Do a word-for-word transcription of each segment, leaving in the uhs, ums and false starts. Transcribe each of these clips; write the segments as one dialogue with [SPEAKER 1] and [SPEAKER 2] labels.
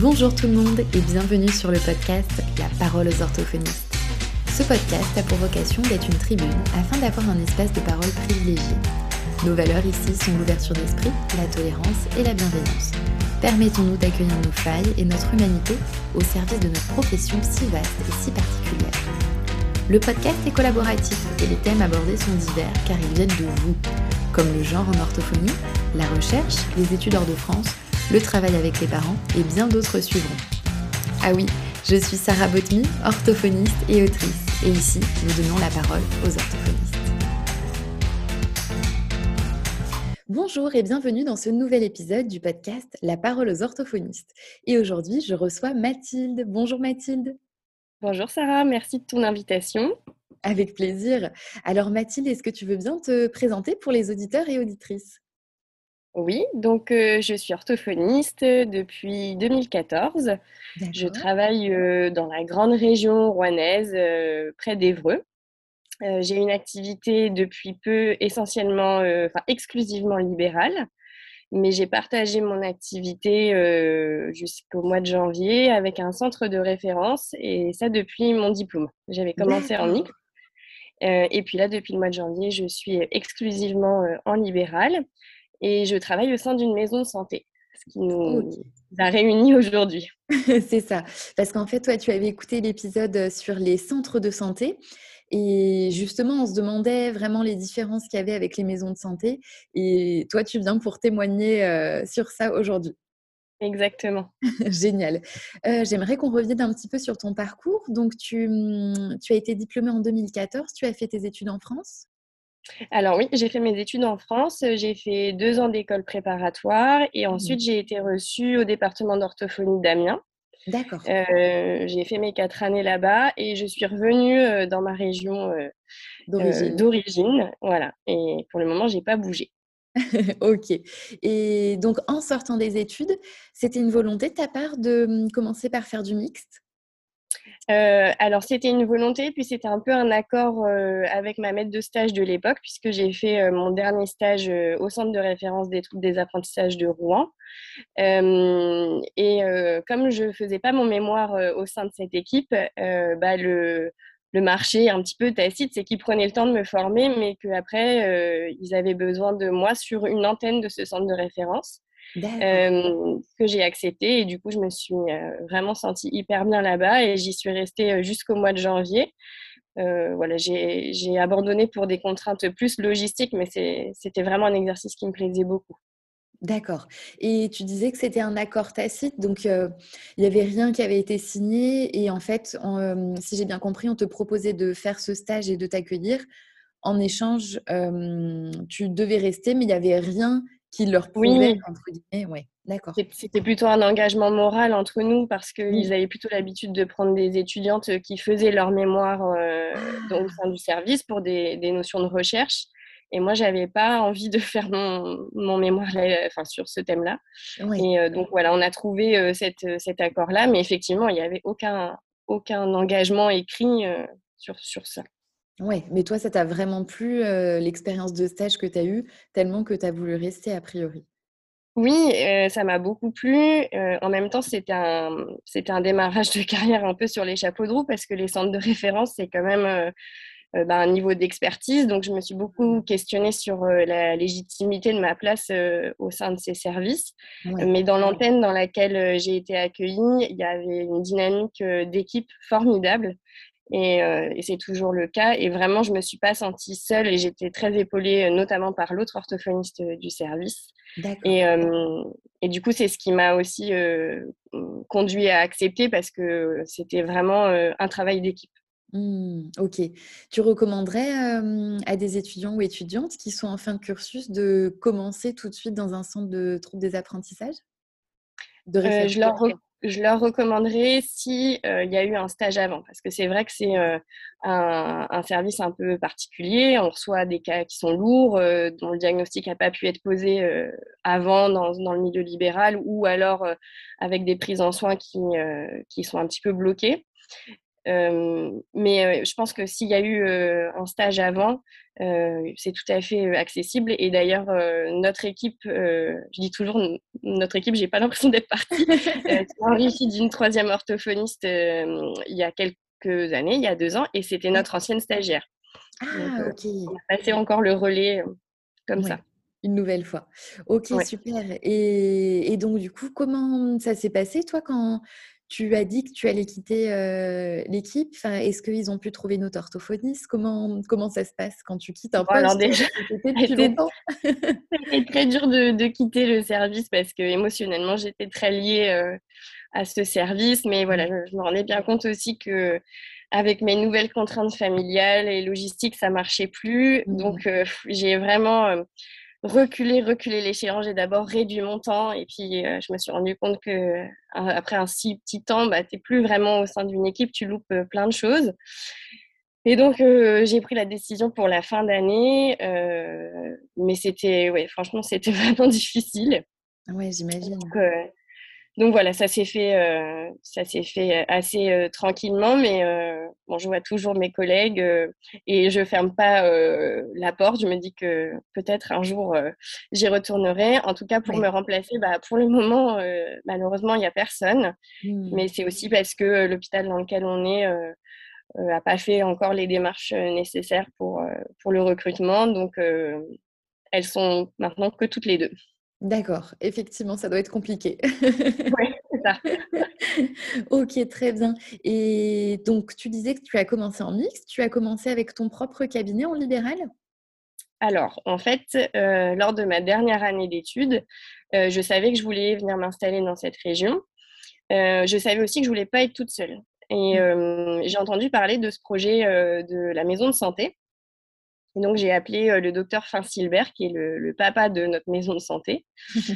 [SPEAKER 1] Bonjour tout le monde et bienvenue sur le podcast La parole aux orthophonistes. Ce podcast a pour vocation d'être une tribune afin d'avoir un espace de parole privilégié. Nos valeurs ici sont l'ouverture d'esprit, la tolérance et la bienveillance. Permettons-nous d'accueillir nos failles et notre humanité au service de notre profession si vaste et si particulière. Le podcast est collaboratif et les thèmes abordés sont divers car ils viennent de vous, comme le genre en orthophonie, la recherche, les études hors de France, le travail avec les parents et bien d'autres suivront. Ah oui, je suis Sarah Botmy, orthophoniste et autrice, et ici, nous donnons la parole aux orthophonistes. Bonjour et bienvenue dans ce nouvel épisode du podcast La parole aux orthophonistes. Et aujourd'hui, je reçois Mathilde. Bonjour Mathilde.
[SPEAKER 2] Bonjour Sarah, merci de ton invitation.
[SPEAKER 1] Avec plaisir. Alors Mathilde, est-ce que tu veux bien te présenter pour les auditeurs et auditrices ?
[SPEAKER 2] Oui, donc euh, je suis orthophoniste depuis deux mille quatorze.
[SPEAKER 1] D'accord.
[SPEAKER 2] Je travaille euh, dans la grande région rouennaise, euh, près d'Évreux. Euh, j'ai une activité depuis peu essentiellement, euh, enfin exclusivement libérale, mais j'ai partagé mon activité euh, jusqu'au mois de janvier avec un centre de référence et ça depuis mon diplôme. J'avais commencé en
[SPEAKER 1] D'accord.
[SPEAKER 2] mixte. Euh, et puis là, depuis le mois de janvier, je suis exclusivement euh, en libéral. Et je travaille au sein d'une maison de santé, ce qui nous
[SPEAKER 1] Ok.
[SPEAKER 2] a réunis aujourd'hui.
[SPEAKER 1] C'est ça. Parce qu'en fait, toi, tu avais écouté l'épisode sur les centres de santé. Et justement, on se demandait vraiment les différences qu'il y avait avec les maisons de santé. Et toi, tu viens pour témoigner euh, sur ça aujourd'hui.
[SPEAKER 2] Exactement.
[SPEAKER 1] Génial. Euh, j'aimerais qu'on revienne un petit peu sur ton parcours. Donc, tu, hum, tu as été diplômée en deux mille quatorze. Tu as fait tes études en France ?
[SPEAKER 2] Alors oui, j'ai fait mes études en France. J'ai fait deux ans d'école préparatoire et ensuite
[SPEAKER 1] Mmh.
[SPEAKER 2] j'ai été reçue au département d'orthophonie d'Amiens.
[SPEAKER 1] D'accord.
[SPEAKER 2] Euh, j'ai fait mes quatre années là-bas et je suis revenue euh, dans ma région euh, euh,
[SPEAKER 1] D'origine.
[SPEAKER 2] d'origine. Voilà. Et pour le moment, j'ai pas bougé.
[SPEAKER 1] Ok. Et donc, en sortant des études, c'était une volonté de ta part de hum, commencer par faire du mixte ?
[SPEAKER 2] Euh, alors, c'était une volonté, puis c'était un peu un accord euh, avec ma maître de stage de l'époque, puisque j'ai fait euh, mon dernier stage euh, au centre de référence des troubles des apprentissages de Rouen. Euh, et euh, comme je faisais pas mon mémoire euh, au sein de cette équipe, euh, bah, le, le marché un petit peu tacite, c'est qu'ils prenaient le temps de me former, mais qu'après, euh, ils avaient besoin de moi sur une antenne de ce centre de référence.
[SPEAKER 1] D'accord.
[SPEAKER 2] Euh, que j'ai accepté et du coup je me suis euh, vraiment sentie hyper bien là-bas et j'y suis restée euh, jusqu'au mois de janvier. Euh, voilà, j'ai, j'ai abandonné pour des contraintes plus logistiques, mais c'est, c'était vraiment un exercice qui me plaisait beaucoup.
[SPEAKER 1] D'accord. Et tu disais que c'était un accord tacite, donc euh, il n'y avait rien qui avait été signé. Et en fait, on, euh, si j'ai bien compris, on te proposait de faire ce stage et de t'accueillir. En échange, euh, tu devais rester, mais il n'y avait rien qui leur prouvait,
[SPEAKER 2] Oui,
[SPEAKER 1] entre guillemets. Ouais, d'accord.
[SPEAKER 2] c'était plutôt un engagement moral entre nous parce
[SPEAKER 1] Oui.
[SPEAKER 2] qu'ils avaient plutôt l'habitude de prendre des étudiantes qui faisaient leur mémoire euh, dans, au sein du service pour des, des notions de recherche. Et moi, j'avais pas envie de faire mon, mon mémoire là, enfin, sur ce thème-là.
[SPEAKER 1] Oui.
[SPEAKER 2] Et euh, donc voilà, on a trouvé euh, cette, cet accord-là, mais effectivement, il n'y avait aucun, aucun engagement écrit euh, sur, sur ça.
[SPEAKER 1] Ouais, mais toi, ça t'a vraiment plu, euh, l'expérience de stage que tu as eue, tellement que tu as voulu rester a priori.
[SPEAKER 2] Oui, euh, ça m'a beaucoup plu. Euh, en même temps, c'était un, c'était un démarrage de carrière un peu sur les chapeaux de roue parce que les centres de référence, c'est quand même euh, euh, bah, un niveau d'expertise. Donc, je me suis beaucoup questionnée sur euh, la légitimité de ma place euh, au sein de ces services.
[SPEAKER 1] Ouais.
[SPEAKER 2] Mais dans l'antenne dans laquelle euh, j'ai été accueillie, il y avait une dynamique euh, d'équipe formidable. Et, euh, et c'est toujours le cas. Et vraiment, je ne me suis pas sentie seule et j'étais très épaulée, euh, notamment par l'autre orthophoniste euh, du service.
[SPEAKER 1] D'accord.
[SPEAKER 2] Et, euh, et du coup, c'est ce qui m'a aussi euh, conduit à accepter parce que c'était vraiment euh, un travail d'équipe.
[SPEAKER 1] Mmh, OK. Tu recommanderais, hem, à des étudiants ou étudiantes qui sont en fin de cursus de commencer tout de suite dans un centre de troubles des apprentissages? De
[SPEAKER 2] Euh,
[SPEAKER 1] référence?
[SPEAKER 2] je leur, re- je leur recommanderais si euh, il y a eu un stage avant, parce que c'est vrai que c'est euh, un, un service un peu particulier. On reçoit des cas qui sont lourds, euh, dont le diagnostic n'a pas pu être posé euh, avant dans, dans le milieu libéral, ou alors euh, avec des prises en soins qui, euh, qui sont un petit peu bloquées. Euh, mais euh, je pense que s'il y a eu euh, un stage avant, euh, c'est tout à fait euh, accessible. Et d'ailleurs, euh, notre équipe, euh, je dis toujours notre équipe, j'ai pas l'impression d'être partie, euh, s'est enrichie d'une troisième orthophoniste euh, il y a quelques années, il y a deux ans, et c'était notre
[SPEAKER 1] D'accord.
[SPEAKER 2] ancienne stagiaire. Donc,
[SPEAKER 1] Ah,
[SPEAKER 2] euh,
[SPEAKER 1] ok.
[SPEAKER 2] on a passé encore le relais euh, comme ça.
[SPEAKER 1] Ouais, une nouvelle fois. Ok,
[SPEAKER 2] Ouais.
[SPEAKER 1] super. Et, et donc, du coup, comment ça s'est passé, toi, quand tu as dit que tu allais quitter euh, l'équipe? Enfin, est-ce qu'ils ont pu trouver une autre orthophoniste? Comment, comment ça se passe quand tu quittes un
[SPEAKER 2] Bon, alors
[SPEAKER 1] poste
[SPEAKER 2] déjà,
[SPEAKER 1] où tu étais
[SPEAKER 2] ça a
[SPEAKER 1] depuis
[SPEAKER 2] été
[SPEAKER 1] longtemps?
[SPEAKER 2] c'était très dur de, de quitter le service parce que émotionnellement, j'étais très liée euh, à ce service. Mais voilà, je, je me rendais bien compte aussi que avec mes nouvelles contraintes familiales et logistiques, ça marchait plus.
[SPEAKER 1] Mm.
[SPEAKER 2] Donc, euh, j'ai vraiment euh, reculé, reculé l'échéance. J'ai d'abord réduit mon temps et puis euh, je me suis rendu compte que euh, après un si petit temps, bah, tu n'es plus vraiment au sein d'une équipe, tu loupes euh, plein de choses. Et donc, euh, j'ai pris la décision pour la fin d'année, euh, mais c'était, ouais, franchement, c'était vraiment difficile.
[SPEAKER 1] Ouais, j'imagine.
[SPEAKER 2] Donc, euh, donc voilà, ça s'est fait, euh, ça s'est fait assez euh, tranquillement, mais euh, bon, je vois toujours mes collègues euh, et je ferme pas euh, la porte. Je me dis que peut-être un jour euh, j'y retournerai. En tout cas, pour me
[SPEAKER 1] Ouais.
[SPEAKER 2] remplacer, bah, pour le moment, euh, malheureusement, il n'y a personne.
[SPEAKER 1] Mm.
[SPEAKER 2] Mais c'est aussi parce que euh, l'hôpital dans lequel on est euh, n'a pas fait encore les démarches euh, nécessaires pour, euh, pour le recrutement. Donc, euh, elles sont maintenant que toutes les deux.
[SPEAKER 1] D'accord, effectivement, ça doit être compliqué.
[SPEAKER 2] Oui, c'est ça.
[SPEAKER 1] Ok, très bien. Et donc, tu disais que tu as commencé en mixte, tu as commencé avec ton propre cabinet en libéral?
[SPEAKER 2] Alors, en fait, euh, lors de ma dernière année d'études, euh, je savais que je voulais venir m'installer dans cette région. Euh, je savais aussi que je voulais pas être toute seule. Et
[SPEAKER 1] Mm.
[SPEAKER 2] euh, j'ai entendu parler de ce projet euh, de la maison de santé. Et donc, j'ai appelé euh, le docteur Fin-Silbert, qui est le, le papa de notre maison de santé,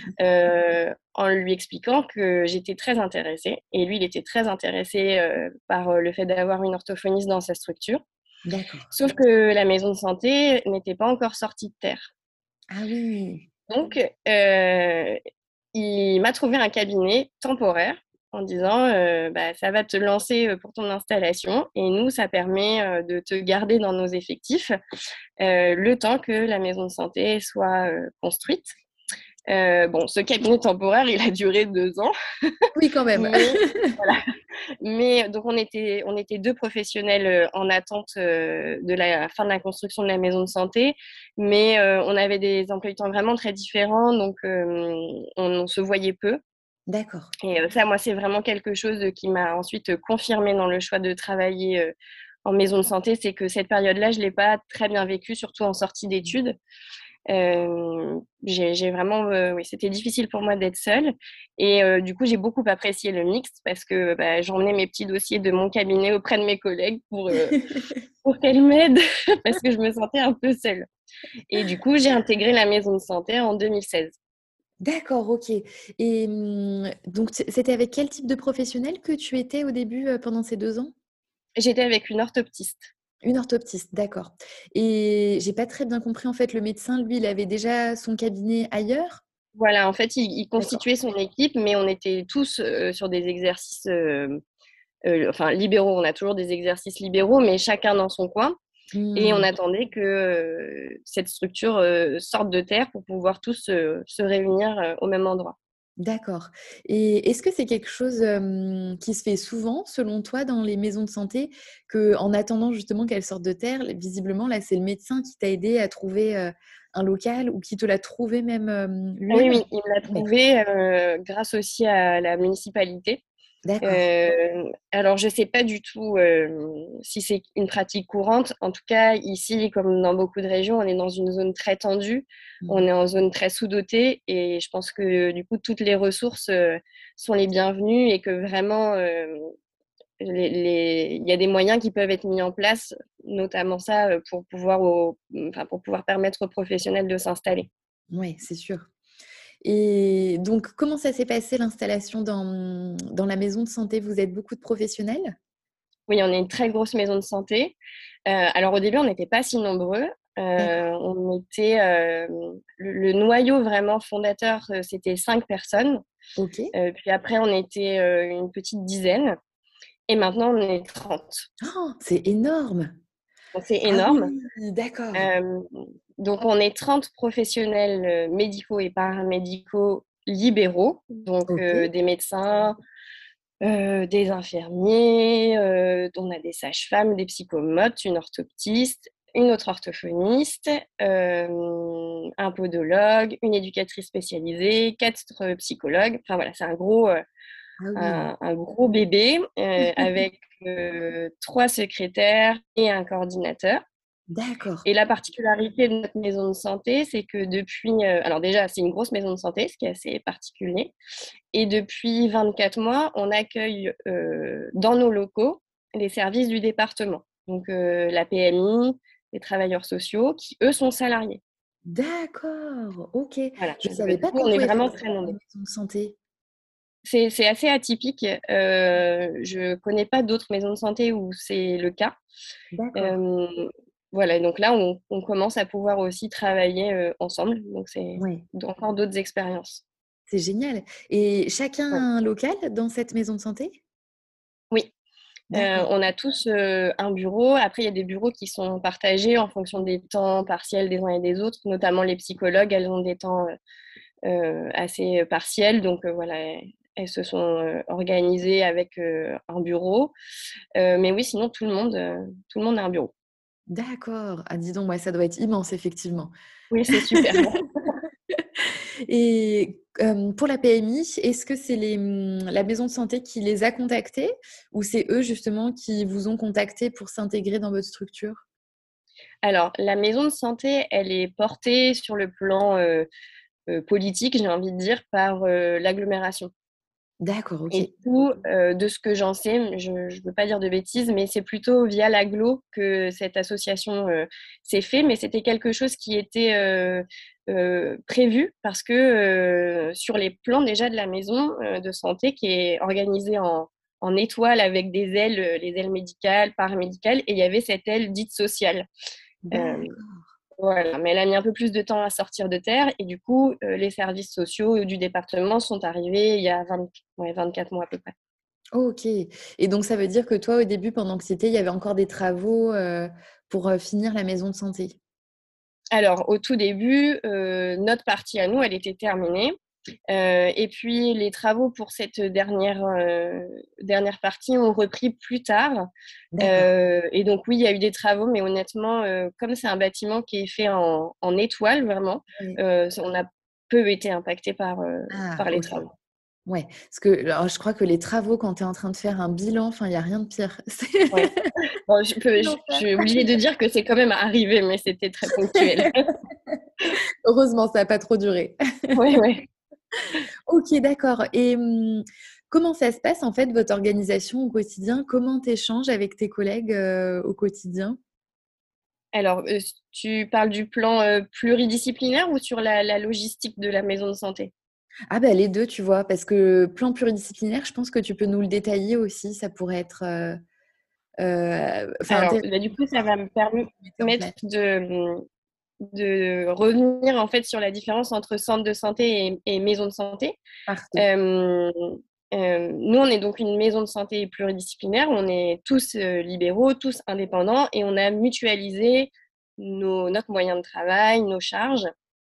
[SPEAKER 2] euh, en lui expliquant que j'étais très intéressée. Et lui, il était très intéressé euh, par euh, le fait d'avoir une orthophoniste dans sa structure.
[SPEAKER 1] D'accord.
[SPEAKER 2] Sauf que la maison de santé n'était pas encore sortie de terre.
[SPEAKER 1] Ah oui,
[SPEAKER 2] Donc, euh, il m'a trouvé un cabinet temporaire en disant euh, bah, ça va te lancer euh, pour ton installation et nous, ça permet euh, de te garder dans nos effectifs euh, le temps que la maison de santé soit euh, construite. Euh, bon, ce cabinet temporaire, il a duré deux ans,
[SPEAKER 1] oui, quand même.
[SPEAKER 2] mais voilà. Mais donc on était, on était deux professionnels euh, en attente euh, de la fin de la construction de la maison de santé, mais euh, on avait des emplois du temps vraiment très différents, donc euh, on, on se voyait peu.
[SPEAKER 1] D'accord.
[SPEAKER 2] Et euh, ça, moi, c'est vraiment quelque chose qui m'a ensuite confirmé dans le choix de travailler euh, en maison de santé, c'est que cette période-là, je l'ai pas très bien vécue, surtout en sortie d'études. Euh, j'ai, j'ai vraiment, euh, oui, c'était difficile pour moi d'être seule. Et euh, du coup, j'ai beaucoup apprécié le mixte parce que bah, j'emmenais mes petits dossiers de mon cabinet auprès de mes collègues pour, euh, pour qu'elles m'aident parce que je me sentais un peu seule. Et du coup, j'ai intégré la maison de santé en deux mille seize.
[SPEAKER 1] D'accord, OK. Et mmh, donc c c'était avec quel type de professionnel que tu étais au début, heu, pendant ces deux ans?
[SPEAKER 2] J'étais avec une orthoptiste.
[SPEAKER 1] Une orthoptiste, d'accord. Et j'ai pas très bien compris, en fait, le médecin, lui, il avait déjà son cabinet ailleurs?
[SPEAKER 2] Voilà, en fait, il, il
[SPEAKER 1] D'accord.
[SPEAKER 2] constituait son équipe, mais on était tous euh, sur des exercices, euh, euh, enfin libéraux. On a toujours des exercices libéraux, mais chacun dans son coin. Et on
[SPEAKER 1] Mmh.
[SPEAKER 2] attendait que euh, cette structure euh, sorte de terre pour pouvoir tous euh, se réunir euh, au même endroit.
[SPEAKER 1] D'accord. Et est-ce que c'est quelque chose, hem, qui se fait souvent, selon toi, dans les maisons de santé? Qu'en attendant justement qu'elles sortent de terre, visiblement, là, c'est le médecin qui t'a aidé à trouver, heu, un local ou qui te l'a trouvé même, hem,
[SPEAKER 2] Ah oui,
[SPEAKER 1] lui-même?
[SPEAKER 2] oui, il me l'a
[SPEAKER 1] Ouais,
[SPEAKER 2] trouvé euh, grâce aussi à la municipalité.
[SPEAKER 1] d'accord.
[SPEAKER 2] Euh, alors, je ne sais pas du tout euh, si c'est une pratique courante. En tout cas, ici, comme dans beaucoup de régions, on est dans une zone très tendue, on
[SPEAKER 1] Mmh.
[SPEAKER 2] est en zone très sous-dotée et je pense que du coup, toutes les ressources euh, sont les bienvenues et que vraiment, euh, les, les- il y a des moyens qui peuvent être mis en place, notamment ça, euh, pour pouvoir, au- enfin, pour pouvoir permettre aux professionnels de s'installer.
[SPEAKER 1] Ouais, c'est sûr. Et donc, comment ça s'est passé l'installation dans, mmh, dans la maison de santé? Vous êtes beaucoup de professionnels?
[SPEAKER 2] Oui, on est une très grosse maison de santé. Euh, alors au début, on n'était pas si nombreux. Euh,
[SPEAKER 1] D'accord.
[SPEAKER 2] on était euh, le, le noyau vraiment fondateur, euh, c'était cinq personnes.
[SPEAKER 1] OK.
[SPEAKER 2] Euh, puis après, on était euh, une petite dizaine. Et maintenant, on est trente.
[SPEAKER 3] Oh, c'est énorme!
[SPEAKER 2] Donc c'est
[SPEAKER 3] Ah oui,
[SPEAKER 2] énorme.
[SPEAKER 3] d'accord.
[SPEAKER 2] Euh, donc on est trente professionnels euh, médicaux et paramédicaux libéraux, donc euh,
[SPEAKER 3] OK.
[SPEAKER 2] des médecins, euh, des infirmiers, euh, on a des sages-femmes, des psychomotes, une orthoptiste, une autre orthophoniste, euh, un podologue, une éducatrice spécialisée, quatre psychologues. Enfin voilà, c'est un gros, euh,
[SPEAKER 3] Ah oui.
[SPEAKER 2] un, un gros bébé euh, avec euh, trois secrétaires et un coordinateur.
[SPEAKER 3] D'accord.
[SPEAKER 2] Et la particularité de notre maison de santé, c'est que depuis, euh, alors déjà, c'est une grosse maison de santé, ce qui est assez particulier. Et depuis vingt-quatre mois, on accueille euh, dans nos locaux les services du département. Donc euh, la P M I, les travailleurs sociaux, qui eux sont salariés.
[SPEAKER 3] D'accord, OK.
[SPEAKER 2] Voilà.
[SPEAKER 3] Je
[SPEAKER 2] Donc, euh,
[SPEAKER 3] savais
[SPEAKER 2] du
[SPEAKER 3] pas
[SPEAKER 2] coup,
[SPEAKER 3] qu'on
[SPEAKER 2] on est
[SPEAKER 3] pouvait faire
[SPEAKER 2] vraiment
[SPEAKER 3] ça
[SPEAKER 2] très
[SPEAKER 3] dans les
[SPEAKER 2] nombreux.
[SPEAKER 3] maisons de santé.
[SPEAKER 2] C'est, c'est assez atypique. Euh, je connais pas d'autres maisons de santé où c'est le cas.
[SPEAKER 3] D'accord.
[SPEAKER 2] Euh, voilà, donc là, on, on commence à pouvoir aussi travailler euh, ensemble. Donc, c'est
[SPEAKER 3] Ouais,
[SPEAKER 2] encore d'autres expériences.
[SPEAKER 3] c'est génial et chacun a
[SPEAKER 2] Ouais.
[SPEAKER 3] un local dans cette maison de santé?
[SPEAKER 2] Oui, euh,
[SPEAKER 3] D'accord.
[SPEAKER 2] on a tous euh, un bureau. Après, il y a des bureaux qui sont partagés en fonction des temps partiels des uns et des autres, notamment les psychologues. Elles ont des temps euh, assez partiels. Donc, euh, voilà, elles se sont euh, organisées avec euh, un bureau. Euh, mais oui, sinon, tout le monde, euh, tout le monde a un bureau.
[SPEAKER 3] D'accord. Ah dis donc, ouais, ça doit être immense effectivement.
[SPEAKER 2] Oui, c'est super.
[SPEAKER 3] Et hem, pour la P M I, est-ce que c'est les, mmh, la maison de santé qui les a contactés ou c'est eux justement qui vous ont contactés pour s'intégrer dans votre structure?
[SPEAKER 2] Alors, la maison de santé, elle est portée sur le plan euh, euh, politique, j'ai envie de dire, par euh, l'agglomération.
[SPEAKER 3] D'accord,
[SPEAKER 2] Et
[SPEAKER 3] OK.
[SPEAKER 2] du coup, euh, de ce que j'en sais, je ne veux pas dire de bêtises, mais c'est plutôt via l'agglo que cette association euh, s'est fait, mais c'était quelque chose qui était euh, euh, prévu parce que euh, sur les plans déjà de la maison euh, de santé qui est organisée en, en étoile avec des ailes, euh, les ailes médicales, paramédicales, et il y avait cette aile dite sociale. Euh,
[SPEAKER 3] D'accord.
[SPEAKER 2] voilà, mais elle a mis un peu plus de temps à sortir de terre et du coup, euh, les services sociaux du département sont arrivés il y a vingt, ouais, vingt-quatre mois à peu près.
[SPEAKER 3] OK et donc ça veut dire que toi, au début, pendant que tu y étais, il y avait encore des travaux, heu, pour, heu, finir la maison de santé?
[SPEAKER 2] Alors, au tout début, euh, notre partie à nous, elle était terminée. Euh, et puis, les travaux pour cette dernière, euh, dernière partie ont repris plus tard.
[SPEAKER 3] D'accord.
[SPEAKER 2] Euh, et donc, oui, il y a eu des travaux, mais honnêtement, euh, comme c'est un bâtiment qui est fait en, en étoile, vraiment,
[SPEAKER 3] Oui.
[SPEAKER 2] euh, on a peu été impacté par, euh,
[SPEAKER 3] Ah
[SPEAKER 2] par les
[SPEAKER 3] OK.
[SPEAKER 2] travaux.
[SPEAKER 3] Ouais, parce que alors je crois que les travaux quand tu es en train de faire un bilan, enfin, il y a rien de pire. C'est
[SPEAKER 2] Ouais. Bon, je peux,
[SPEAKER 3] c'est
[SPEAKER 2] je, je
[SPEAKER 3] l'enfer.
[SPEAKER 2] suis obligée de dire que c'est quand même arrivé, mais c'était très ponctuel.
[SPEAKER 3] Heureusement, ça a pas trop duré.
[SPEAKER 2] Oui, oui.
[SPEAKER 3] OK, d'accord et mmh, comment ça se passe, en fait, votre organisation au quotidien? Comment tu échanges avec tes collègues, heu, au quotidien?
[SPEAKER 2] Alors, euh, tu parles du plan euh, pluridisciplinaire ou sur la, la logistique de la maison de santé?
[SPEAKER 3] Ah bah, les deux, tu vois? Parce que plan pluridisciplinaire, je pense que tu peux nous le détailler aussi, ça pourrait être, heu heu, enfin
[SPEAKER 2] Alors,
[SPEAKER 3] intéressant
[SPEAKER 2] bah, du
[SPEAKER 3] de
[SPEAKER 2] coup, ça
[SPEAKER 3] savoir
[SPEAKER 2] va me
[SPEAKER 3] comment vous mettez en
[SPEAKER 2] permettre
[SPEAKER 3] place.
[SPEAKER 2] de, de revenir en fait sur la différence entre centre de santé et, et maison de santé.
[SPEAKER 3] Parfait.
[SPEAKER 2] Euh, euh, nous, on est donc une maison de santé pluridisciplinaire. On est tous euh, libéraux, tous indépendants, et on a mutualisé nos, notre moyen de travail, nos charges.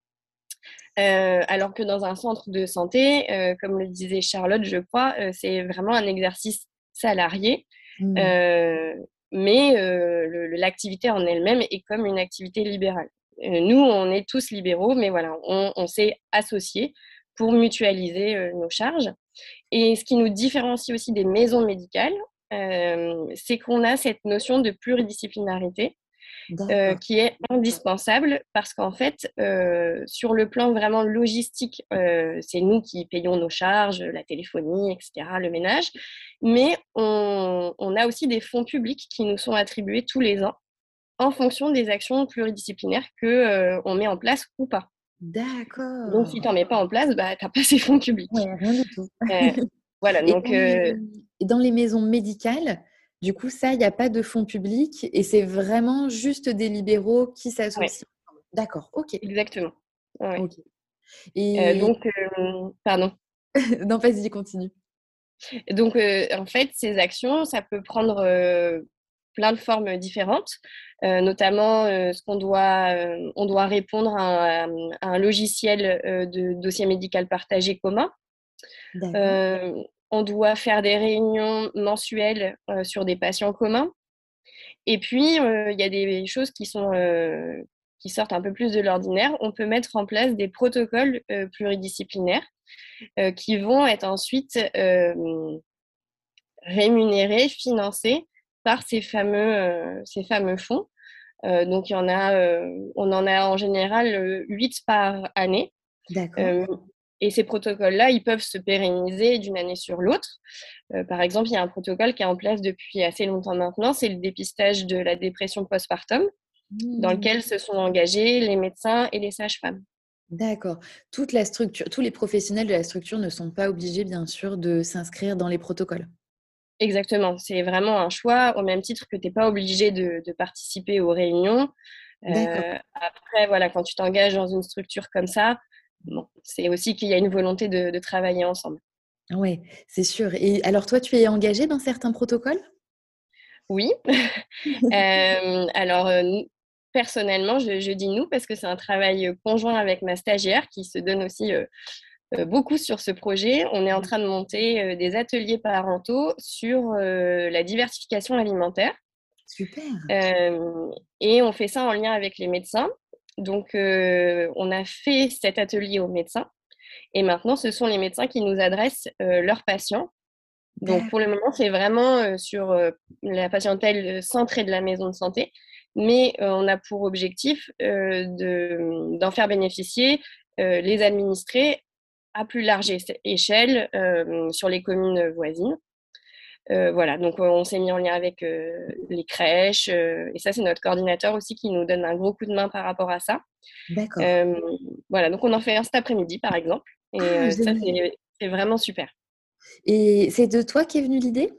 [SPEAKER 2] Euh, alors que dans un centre de santé, euh, comme le disait Charlotte, je crois, euh, c'est vraiment un exercice salarié.
[SPEAKER 3] Mmh.
[SPEAKER 2] Euh, mais euh, le- l'activité en elle-même est comme une activité libérale. Euh, nous, on est tous libéraux, mais voilà, on, on s'est associés pour mutualiser euh, nos charges. Et ce qui nous différencie aussi des maisons médicales, euh, c'est qu'on a cette notion de pluridisciplinarité euh,
[SPEAKER 3] D'accord.
[SPEAKER 2] qui est indispensable parce qu'en fait, euh, sur le plan vraiment logistique, euh, c'est nous qui payons nos charges, la téléphonie, et cetera, le ménage, mais on, on a aussi des fonds publics qui nous sont attribués tous les ans en fonction des actions pluridisciplinaires que euh, on met en place ou pas. Donc, si
[SPEAKER 3] D'accord.
[SPEAKER 2] tu n'en mets pas en place, bah, tu n'as pas ces fonds publics.
[SPEAKER 3] Ouais, rien du tout.
[SPEAKER 2] Euh, voilà,
[SPEAKER 3] Et
[SPEAKER 2] donc
[SPEAKER 3] dans les,
[SPEAKER 2] euh,
[SPEAKER 3] mmh, et dans les maisons médicales, du coup, ça, il y a pas de fonds publics et c'est vraiment juste des libéraux qui
[SPEAKER 2] ouais,
[SPEAKER 3] s'associent ensemble? D'accord, OK,
[SPEAKER 2] exactement. Ouais.
[SPEAKER 3] OK
[SPEAKER 2] Euh,
[SPEAKER 3] et
[SPEAKER 2] donc, euh, pardon.
[SPEAKER 3] non, vas-y, continue.
[SPEAKER 2] Donc, euh, en fait, ces actions, ça peut prendre euh, plein de formes différentes, euh, notamment euh, ce qu'on doit, euh, on doit répondre à, un à un logiciel euh, de dossier médical partagé commun.
[SPEAKER 3] D'accord.
[SPEAKER 2] Euh, on doit faire des réunions mensuelles euh, sur des patients communs. Et puis, euh, il y a des choses qui sont, euh, qui sortent un peu plus de l'ordinaire. On peut mettre en place des protocoles euh, pluridisciplinaires euh, qui vont être ensuite euh, rémunérés, financés par ces fameux, euh, ces fameux fonds. Euh, donc, il y en a, euh, on en a en général euh, huit par année.
[SPEAKER 3] D'accord.
[SPEAKER 2] Euh, et ces protocoles-là, ils peuvent se pérenniser d'une année sur l'autre. Euh, par exemple, il y a un protocole qui est en place depuis assez longtemps maintenant, c'est le dépistage de la dépression postpartum, dans
[SPEAKER 3] Mmh.
[SPEAKER 2] lequel se sont engagés les médecins et les sages-femmes.
[SPEAKER 3] D'accord. Toute la structure tous les professionnels de la structure ne sont pas obligés, bien sûr, de s'inscrire dans les protocoles?
[SPEAKER 2] Exactement, c'est vraiment un choix, au même titre que tu n'es pas obligé de, de participer aux réunions.
[SPEAKER 3] D'accord.
[SPEAKER 2] Euh, après, voilà, quand tu t'engages dans une structure comme ça, bon, c'est aussi qu'il y a une volonté de, de travailler ensemble.
[SPEAKER 3] Ouais, c'est sûr. Et alors toi, tu es engagée dans certains protocoles?
[SPEAKER 2] Oui. Euh, alors, euh, nous- personnellement, je, je dis nous parce que c'est un travail conjoint avec ma stagiaire qui se donne aussi euh, euh, beaucoup sur ce projet. On est en train de monter euh, des ateliers parentaux sur euh, la diversification alimentaire.
[SPEAKER 3] Super.
[SPEAKER 2] Euh, et on fait ça en lien avec les médecins. Donc, euh, on a fait cet atelier aux médecins. Et maintenant, ce sont les médecins qui nous adressent euh, leurs patients. Donc, pour le
[SPEAKER 3] D'accord.
[SPEAKER 2] moment, c'est vraiment euh, sur euh, la patientèle centrée de la maison de santé. Mais euh, on a pour objectif euh, de, d'en faire bénéficier euh, les administrés à plus large échelle euh, sur les communes voisines. Euh, voilà, donc euh, on s'est mis en lien avec euh, les crèches, euh, et ça, c'est notre coordinateur aussi qui nous donne un gros coup de main par rapport à ça.
[SPEAKER 3] D'accord.
[SPEAKER 2] Euh, voilà, donc on en fait un cet après-midi, par exemple, et
[SPEAKER 3] Ah
[SPEAKER 2] euh, ça,
[SPEAKER 3] génial.
[SPEAKER 2] c'est c'est vraiment super.
[SPEAKER 3] Et c'est de toi qu'est venue l'idée?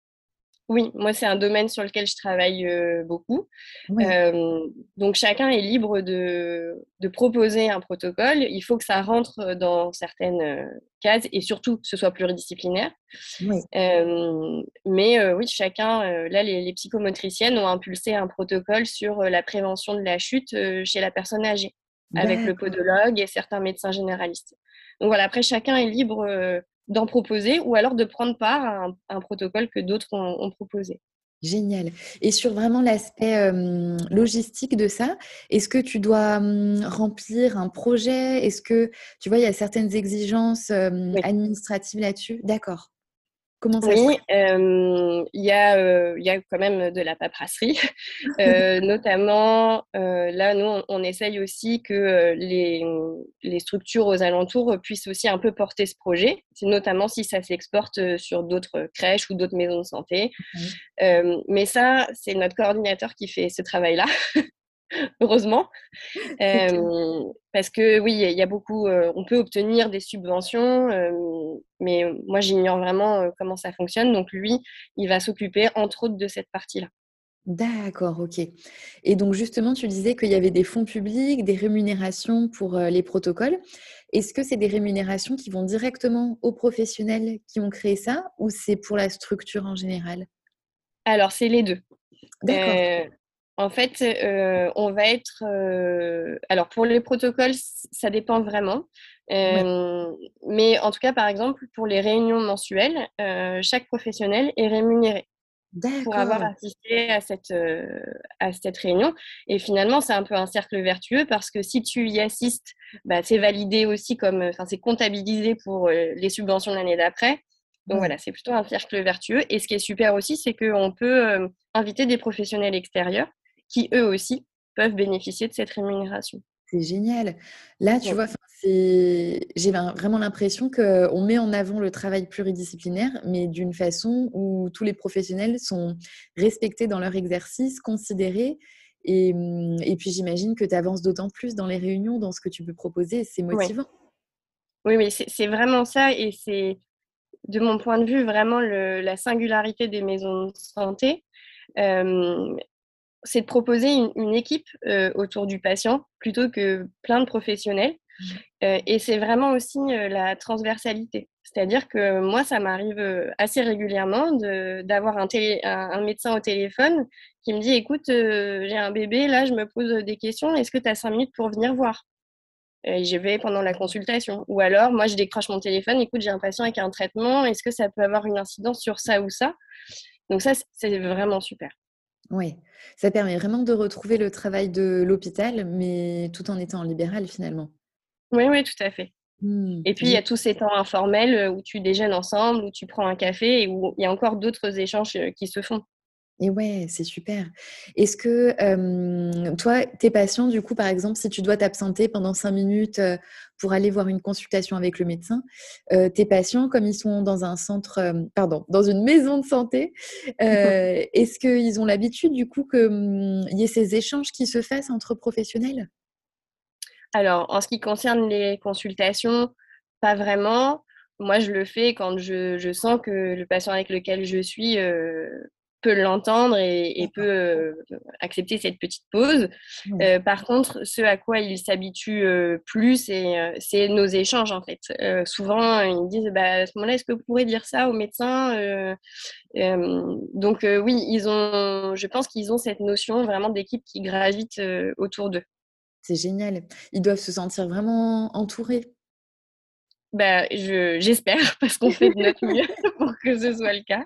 [SPEAKER 2] Oui, moi, c'est un domaine sur lequel je travaille euh, beaucoup.
[SPEAKER 3] Oui.
[SPEAKER 2] Euh, donc, chacun est libre de, de proposer un protocole. Il faut que ça rentre dans certaines euh, cases et surtout que ce soit pluridisciplinaire.
[SPEAKER 3] Oui.
[SPEAKER 2] Euh, mais euh, oui, chacun, euh, là, les, les psychomotriciennes ont impulsé un protocole sur euh, la prévention de la chute euh, chez la personne âgée, avec le
[SPEAKER 3] D'accord.
[SPEAKER 2] podologue et certains médecins généralistes. Donc voilà, après, chacun est libre euh, d'en proposer ou alors de prendre part à un, un protocole que d'autres ont, ont proposé.
[SPEAKER 3] Génial. Et sur vraiment l'aspect, hem, logistique de ça, est-ce que tu dois, mmh, remplir un projet? Est-ce que, tu vois, il y a certaines exigences, hem,
[SPEAKER 2] Oui.
[SPEAKER 3] administratives là-dessus? D'accord. Comment ça se
[SPEAKER 2] Oui,
[SPEAKER 3] passe?
[SPEAKER 2] euh, il y a, euh, il y a quand même de la paperasserie. Euh, notamment, euh, là, nous, on, on essaye aussi que euh, les, les structures aux alentours puissent aussi un peu porter ce projet, c'est notamment si ça s'exporte euh, sur d'autres crèches ou d'autres maisons de santé.
[SPEAKER 3] Oui.
[SPEAKER 2] Euh, mais ça, c'est notre coordinateur qui fait ce travail-là, heureusement.
[SPEAKER 3] C'est clair.
[SPEAKER 2] Euh, parce que oui, il y a beaucoup, euh, on peut obtenir des subventions, euh, mais moi j'ignore vraiment euh, comment ça fonctionne. Donc lui, il va s'occuper entre autres de cette partie-là.
[SPEAKER 3] D'accord, OK. Et donc justement, tu disais qu'il y avait des fonds publics, des rémunérations pour, heu, les protocoles. Est-ce que c'est des rémunérations qui vont directement aux professionnels qui ont créé ça ou c'est pour la structure en général?
[SPEAKER 2] Alors c'est les deux.
[SPEAKER 3] D'accord,
[SPEAKER 2] Euh, En fait, euh, on va être. Euh, alors pour les protocoles, c- ça dépend vraiment.
[SPEAKER 3] oui.
[SPEAKER 2] Euh, mais en tout cas, par exemple, pour les réunions mensuelles, euh, chaque professionnel est rémunéré pour avoir
[SPEAKER 3] D'accord.
[SPEAKER 2] assisté à cette, euh, à cette réunion. Et finalement, c'est un peu un cercle vertueux parce que si tu y assistes, bah, c'est validé aussi comme, enfin, c'est comptabilisé pour euh, les subventions de l'année d'après. Donc
[SPEAKER 3] Oui.
[SPEAKER 2] voilà, c'est plutôt un cercle vertueux. Et ce qui est super aussi, c'est qu'on peut euh, inviter des professionnels extérieurs qui, eux aussi, peuvent bénéficier de cette rémunération.
[SPEAKER 3] C'est génial. Là, tu
[SPEAKER 2] Oui,
[SPEAKER 3] vois, enfin, c'est j'ai vin vraiment l'impression qu'on met en avant le travail pluridisciplinaire, mais d'une façon où tous les professionnels sont respectés dans leur exercice, considérés et mmh et puis j'imagine que tu avances d'autant plus dans les réunions, dans ce que tu peux proposer et c'est
[SPEAKER 2] oui,
[SPEAKER 3] motivant.
[SPEAKER 2] oui, oui, c'est c'est vraiment ça. Et c'est, de mon point de vue, vraiment le, la singularité des maisons de santé. Euh, c'est de proposer une, une équipe euh, autour du patient plutôt que plein de professionnels.
[SPEAKER 3] Mmh.
[SPEAKER 2] Euh, et c'est vraiment aussi euh, la transversalité. C'est-à-dire que moi, ça m'arrive euh, assez régulièrement de, d'avoir un, télé, un, un médecin au téléphone qui me dit, écoute, euh, j'ai un bébé, là, je me pose des questions, est-ce que tu as cinq minutes pour venir voir? Et je vais pendant la consultation. Ou alors, moi, je décroche mon téléphone, écoute, j'ai un patient avec un traitement, est-ce que ça peut avoir une incidence sur ça ou ça? Donc ça, c'est vraiment super.
[SPEAKER 3] Ouais, ça permet vraiment de retrouver le travail de l'hôpital, mais tout en étant en libéral finalement.
[SPEAKER 2] Oui, oui, tout à fait.
[SPEAKER 3] Mmh,
[SPEAKER 2] Et puis, il y
[SPEAKER 3] gé
[SPEAKER 2] a tous ces temps informels euh, où tu déjeunes ensemble, où tu prends un café et où il y a encore d'autres échanges euh, qui se font.
[SPEAKER 3] et ouais, c'est super. Est-ce que, hem, toi, tes patients, du coup, par exemple, si tu dois t'absenter pendant cinq minutes, heu, pour aller voir une consultation avec le médecin, heu, tes patients, comme ils sont dans un centre, hem, pardon, dans une maison de santé, heu, est-ce qu'ils ont l'habitude, du coup, que, mmh, il y ait ces échanges qui se fassent entre professionnels?
[SPEAKER 2] Alors, en ce qui concerne les consultations, pas vraiment. Moi, je le fais quand je, je sens que le patient avec lequel je suis euh, peut l'entendre et, et peut
[SPEAKER 3] D'accord,
[SPEAKER 2] euh, accepter cette petite pause.
[SPEAKER 3] ouais.
[SPEAKER 2] Euh, par contre, ce à quoi il s'habitue euh, plus, c'est, euh, c'est nos échanges, en fait. Euh, souvent, ils me disent, bah, à ce moment-là, est-ce que vous pourrez dire ça au médecin? Euh, euh, donc, euh, oui, ils ont, je pense qu'ils ont cette notion vraiment d'équipe qui gravite euh, autour d'eux.
[SPEAKER 3] C'est génial. Ils doivent se sentir vraiment entourés.
[SPEAKER 2] Bah, je j'espère parce qu'on fait de notre mieux pour que ce soit le cas.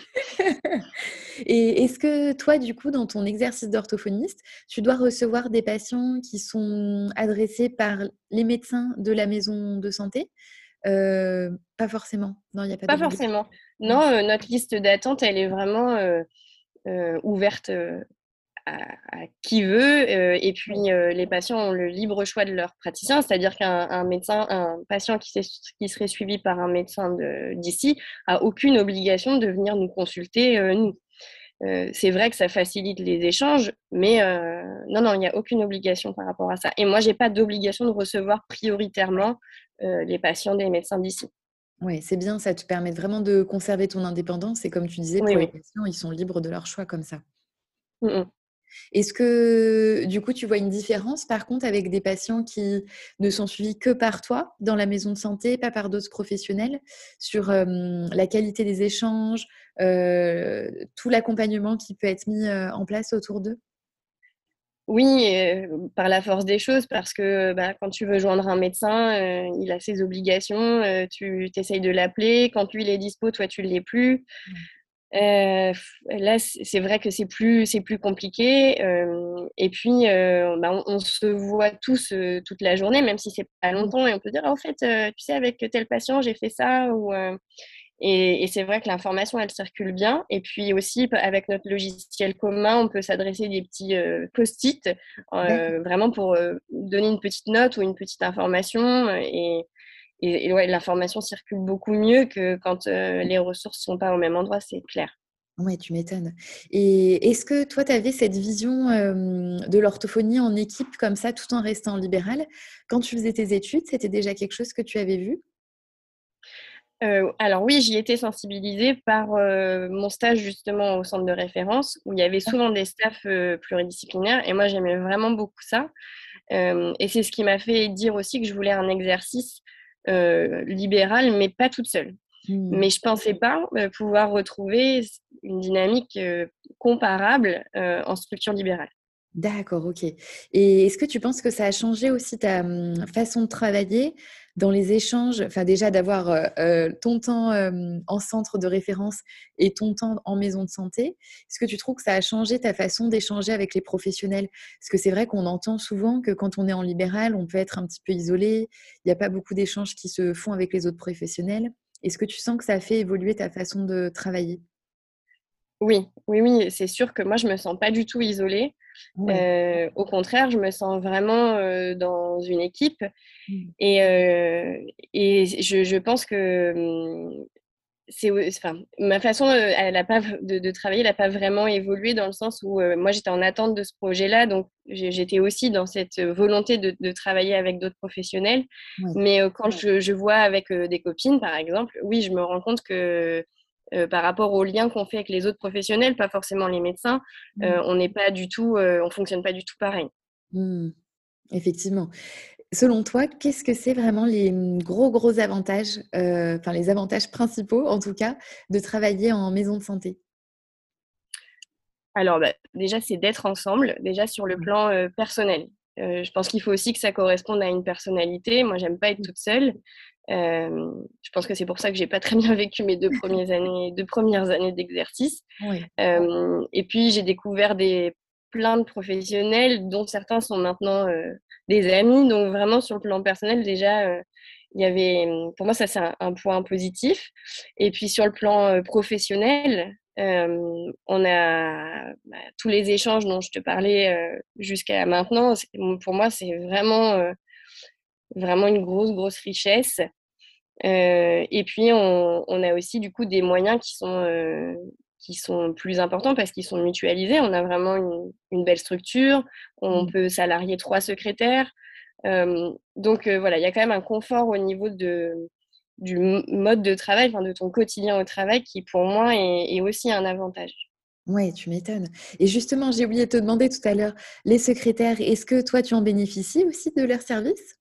[SPEAKER 3] Et est-ce que toi, du coup, dans ton exercice d'orthophoniste, tu dois recevoir des patients qui sont adressés par les médecins de la maison de santé? Heu, pas forcément? Non, il y a pas
[SPEAKER 2] Pas
[SPEAKER 3] d'obligation?
[SPEAKER 2] forcément.
[SPEAKER 3] Mmh.
[SPEAKER 2] Non, heu, notre liste d'attente, elle est vraiment, heu heu, ouverte, heu, à à qui veut, heu et
[SPEAKER 3] Ouais.
[SPEAKER 2] puis, heu, les patients ont le libre choix de leur praticien. C'est-à-dire qu'un un médecin un patient qui s'est qui serait suivi par un médecin de d'ici a aucune obligation de venir nous consulter, heu, nous. Heu, c'est vrai que ça facilite les échanges, mais heu, non, non, il n'y a aucune obligation par rapport à ça. Et moi, j'ai pas d'obligation de recevoir prioritairement, heu, les patients des médecins d'ici.
[SPEAKER 3] Ouais, c'est bien, ça te permet vraiment de conserver ton indépendance et comme tu disais,
[SPEAKER 2] Oui,
[SPEAKER 3] pour les
[SPEAKER 2] oui.
[SPEAKER 3] patients, ils sont libres de leur choix comme ça.
[SPEAKER 2] Mmh mh.
[SPEAKER 3] Est-ce que, du coup, tu vois une différence, par contre, avec des patients qui ne sont suivis que par toi dans la maison de santé, pas par d'autres professionnels, sur, hem, la qualité des échanges, heu, tout l'accompagnement qui peut être mis, heu, en place autour d'eux?
[SPEAKER 2] Oui, heu, par la force des choses parce que, bah, quand tu veux joindre un médecin, heu, il a ses obligations, heu, tu tu essayes de l'appeler. Quand lui, il est dispo, toi, tu ne l'es plus.
[SPEAKER 3] Ouais.
[SPEAKER 2] Heu, là, c'est c'est vrai que c'est plus c'est plus compliqué, hem et puis, heu, bah, on on se voit tous, heu, toute la journée, même si c'est pas
[SPEAKER 3] Oui.
[SPEAKER 2] longtemps et on peut dire: «Ah, au fait, heu, tu sais, avec tel patient, j'ai fait ça» ou heu et et c'est vrai que l'information, elle circule bien et puis aussi, p avec notre logiciel commun, on peut s'adresser des petits, heu, post-it,
[SPEAKER 3] D'accord.
[SPEAKER 2] heu, vraiment pour, heu, donner une petite note ou une petite information, heu et et et ouais, l'information circule beaucoup mieux que quand, heu, les ressources sont pas au même endroit, c'est clair.
[SPEAKER 3] Ouais, tu m'étonnes. Et est-ce que toi, tu avais cette vision, hem, de l'orthophonie en équipe comme ça, tout en restant libéral? Quand tu faisais tes études, c'était déjà quelque chose que tu avais vu?
[SPEAKER 2] Heu, alors oui, j'y étais sensibilisée par, heu, mon stage justement au centre de référence où il y avait souvent des staffs, heu, pluridisciplinaires et moi j'aimais vraiment beaucoup ça. Hem et c'est ce qui m'a fait dire aussi que je voulais un exercice, heu, libéral, mais pas toute seule.
[SPEAKER 3] Mmh.
[SPEAKER 2] Mais je pensais pas, heu, pouvoir retrouver s une dynamique, heu, comparable, heu, en structure libérale.
[SPEAKER 3] D'accord, OK. Et est-ce que tu penses que ça a changé aussi ta, mmh, façon de travailler dans les échanges? Enfin, déjà d'avoir, heu heu, ton temps, hem, en centre de référence et ton temps en maison de santé. Est-ce que tu trouves que ça a changé ta façon d'échanger avec les professionnels? Parce que c'est vrai qu'on entend souvent que quand on est en libéral, on peut être un petit peu isolé. Il y a pas beaucoup d'échanges qui se font avec les autres professionnels. Est-ce que tu sens que ça a fait évoluer ta façon de travailler?
[SPEAKER 2] Oui, oui, oui, c'est sûr que moi je me sens pas du tout isolée.
[SPEAKER 3] Ouais.
[SPEAKER 2] Heu, au contraire, je me sens vraiment, heu, dans une équipe
[SPEAKER 3] Mmh.
[SPEAKER 2] et heu et je je pense que, mmh, c'est au enfin, ma façon, heu, elle a pas v de de travailler, elle a pas vraiment évolué dans le sens où, heu, moi j'étais en attente de ce projet-là, donc j'ai j'étais aussi dans cette, heu, volonté de de travailler avec d'autres professionnels.
[SPEAKER 3] Ouais.
[SPEAKER 2] Mais, heu, quand je je vois avec, heu, des copines, par exemple, oui, je me rends compte que, heu, par rapport aux liens qu'on fait avec les autres professionnels, pas forcément les médecins, heu,
[SPEAKER 3] Mmh.
[SPEAKER 2] on n'est pas du tout, heu, on fonctionne pas du tout pareil.
[SPEAKER 3] Mmh. Effectivement. Selon toi, qu'est-ce que c'est vraiment les mmh, gros, gros avantages, heu, enfin les avantages principaux en tout cas, de travailler en maison de santé?
[SPEAKER 2] Alors, bah, déjà, c'est d'être ensemble, déjà sur le
[SPEAKER 3] Ouais.
[SPEAKER 2] plan, heu, personnel. Heu, je pense qu'il faut aussi que ça corresponde à une personnalité. Moi, j'aime pas être
[SPEAKER 3] Mmh.
[SPEAKER 2] toute seule. Hem, je pense que c'est pour ça que j'ai pas très bien vécu mes deux premières années deux premières années d'exercice.
[SPEAKER 3] Ouais.
[SPEAKER 2] Hem et puis j'ai découvert des plein de professionnels dont certains sont maintenant, heu, des amis. Donc vraiment sur le plan personnel déjà, heu, il y avait, mmh, pour moi ça c'est un un point positif et puis sur le plan, heu, professionnel, hem, on a, bah, tous les échanges dont je te parlais, heu, jusqu'à maintenant, c'est mmh, pour moi c'est vraiment, heu, vraiment une grosse, grosse richesse. Heu et puis on on a aussi du coup des moyens qui sont, heu, qui sont plus importants parce qu'ils sont mutualisés. On a vraiment une une belle structure, on
[SPEAKER 3] Mmh.
[SPEAKER 2] peut salarier trois secrétaires. Hem, donc heu, voilà, il y a quand même un confort au niveau de du m mode de travail, enfin de ton quotidien au travail qui pour moi est est aussi un avantage.
[SPEAKER 3] Ouais, tu m'étonnes et justement, j'ai oublié de te demander tout à l'heure, les secrétaires, est-ce que toi, tu en bénéficies aussi de leurs services?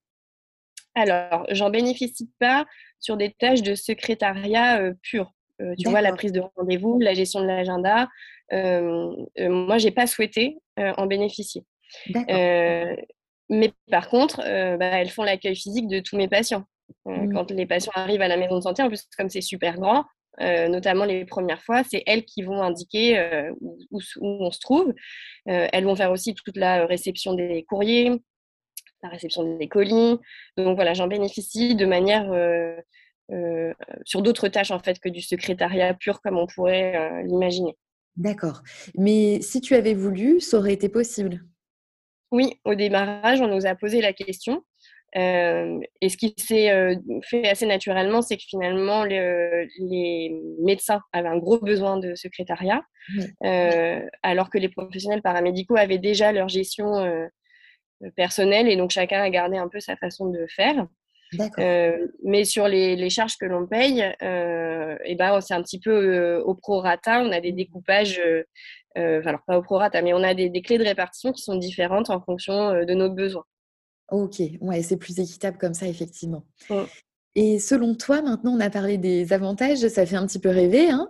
[SPEAKER 2] Alors, j'en bénéficie pas sur des tâches de secrétariat, heu, pur. Heu, tu vois, la
[SPEAKER 3] D'accord,
[SPEAKER 2] prise de rendez-vous, la gestion de l'agenda, hem, heu, moi, j'ai pas souhaité, heu, en bénéficier.
[SPEAKER 3] d'accord.
[SPEAKER 2] Heu, mais par contre, heu, bah, elles font l'accueil physique de tous mes patients. Heu,
[SPEAKER 3] Mmh.
[SPEAKER 2] quand les patients arrivent à la maison de santé, en plus, comme c'est super grand, heu, notamment les premières fois, c'est elles qui vont indiquer, heu, où où s où on se trouve. Heu, elles vont faire aussi toute la réception des courriers, la réception des colis. Donc voilà, j'en bénéficie de manière, heu heu, sur d'autres tâches en fait que du secrétariat pur comme on pourrait, heu, l'imaginer.
[SPEAKER 3] D'accord, mais si tu avais voulu, ça aurait été possible?
[SPEAKER 2] Oui, au démarrage, on nous a posé la question, hem et ce qui s'est, heu, fait assez naturellement, c'est que finalement le les médecins avaient un gros besoin de secrétariat,
[SPEAKER 3] Oui,
[SPEAKER 2] heu, alors que les professionnels paramédicaux avaient déjà leur gestion, heu, personnelle et donc chacun a gardé un peu sa façon de faire.
[SPEAKER 3] d'accord.
[SPEAKER 2] Heu, mais sur les les charges que l'on paye, heu et ben, c'est un petit peu, heu, au prorata. On a des
[SPEAKER 3] Mmh.
[SPEAKER 2] découpages, heu heu, enfin, alors pas au prorata, mais on a des des clés de répartition qui sont différentes en fonction, heu, de nos besoins.
[SPEAKER 3] OK, ouais, c'est plus équitable comme ça, effectivement
[SPEAKER 2] Mmh.
[SPEAKER 3] et selon toi, maintenant, on a parlé des avantages, ça fait un petit peu rêver, hein?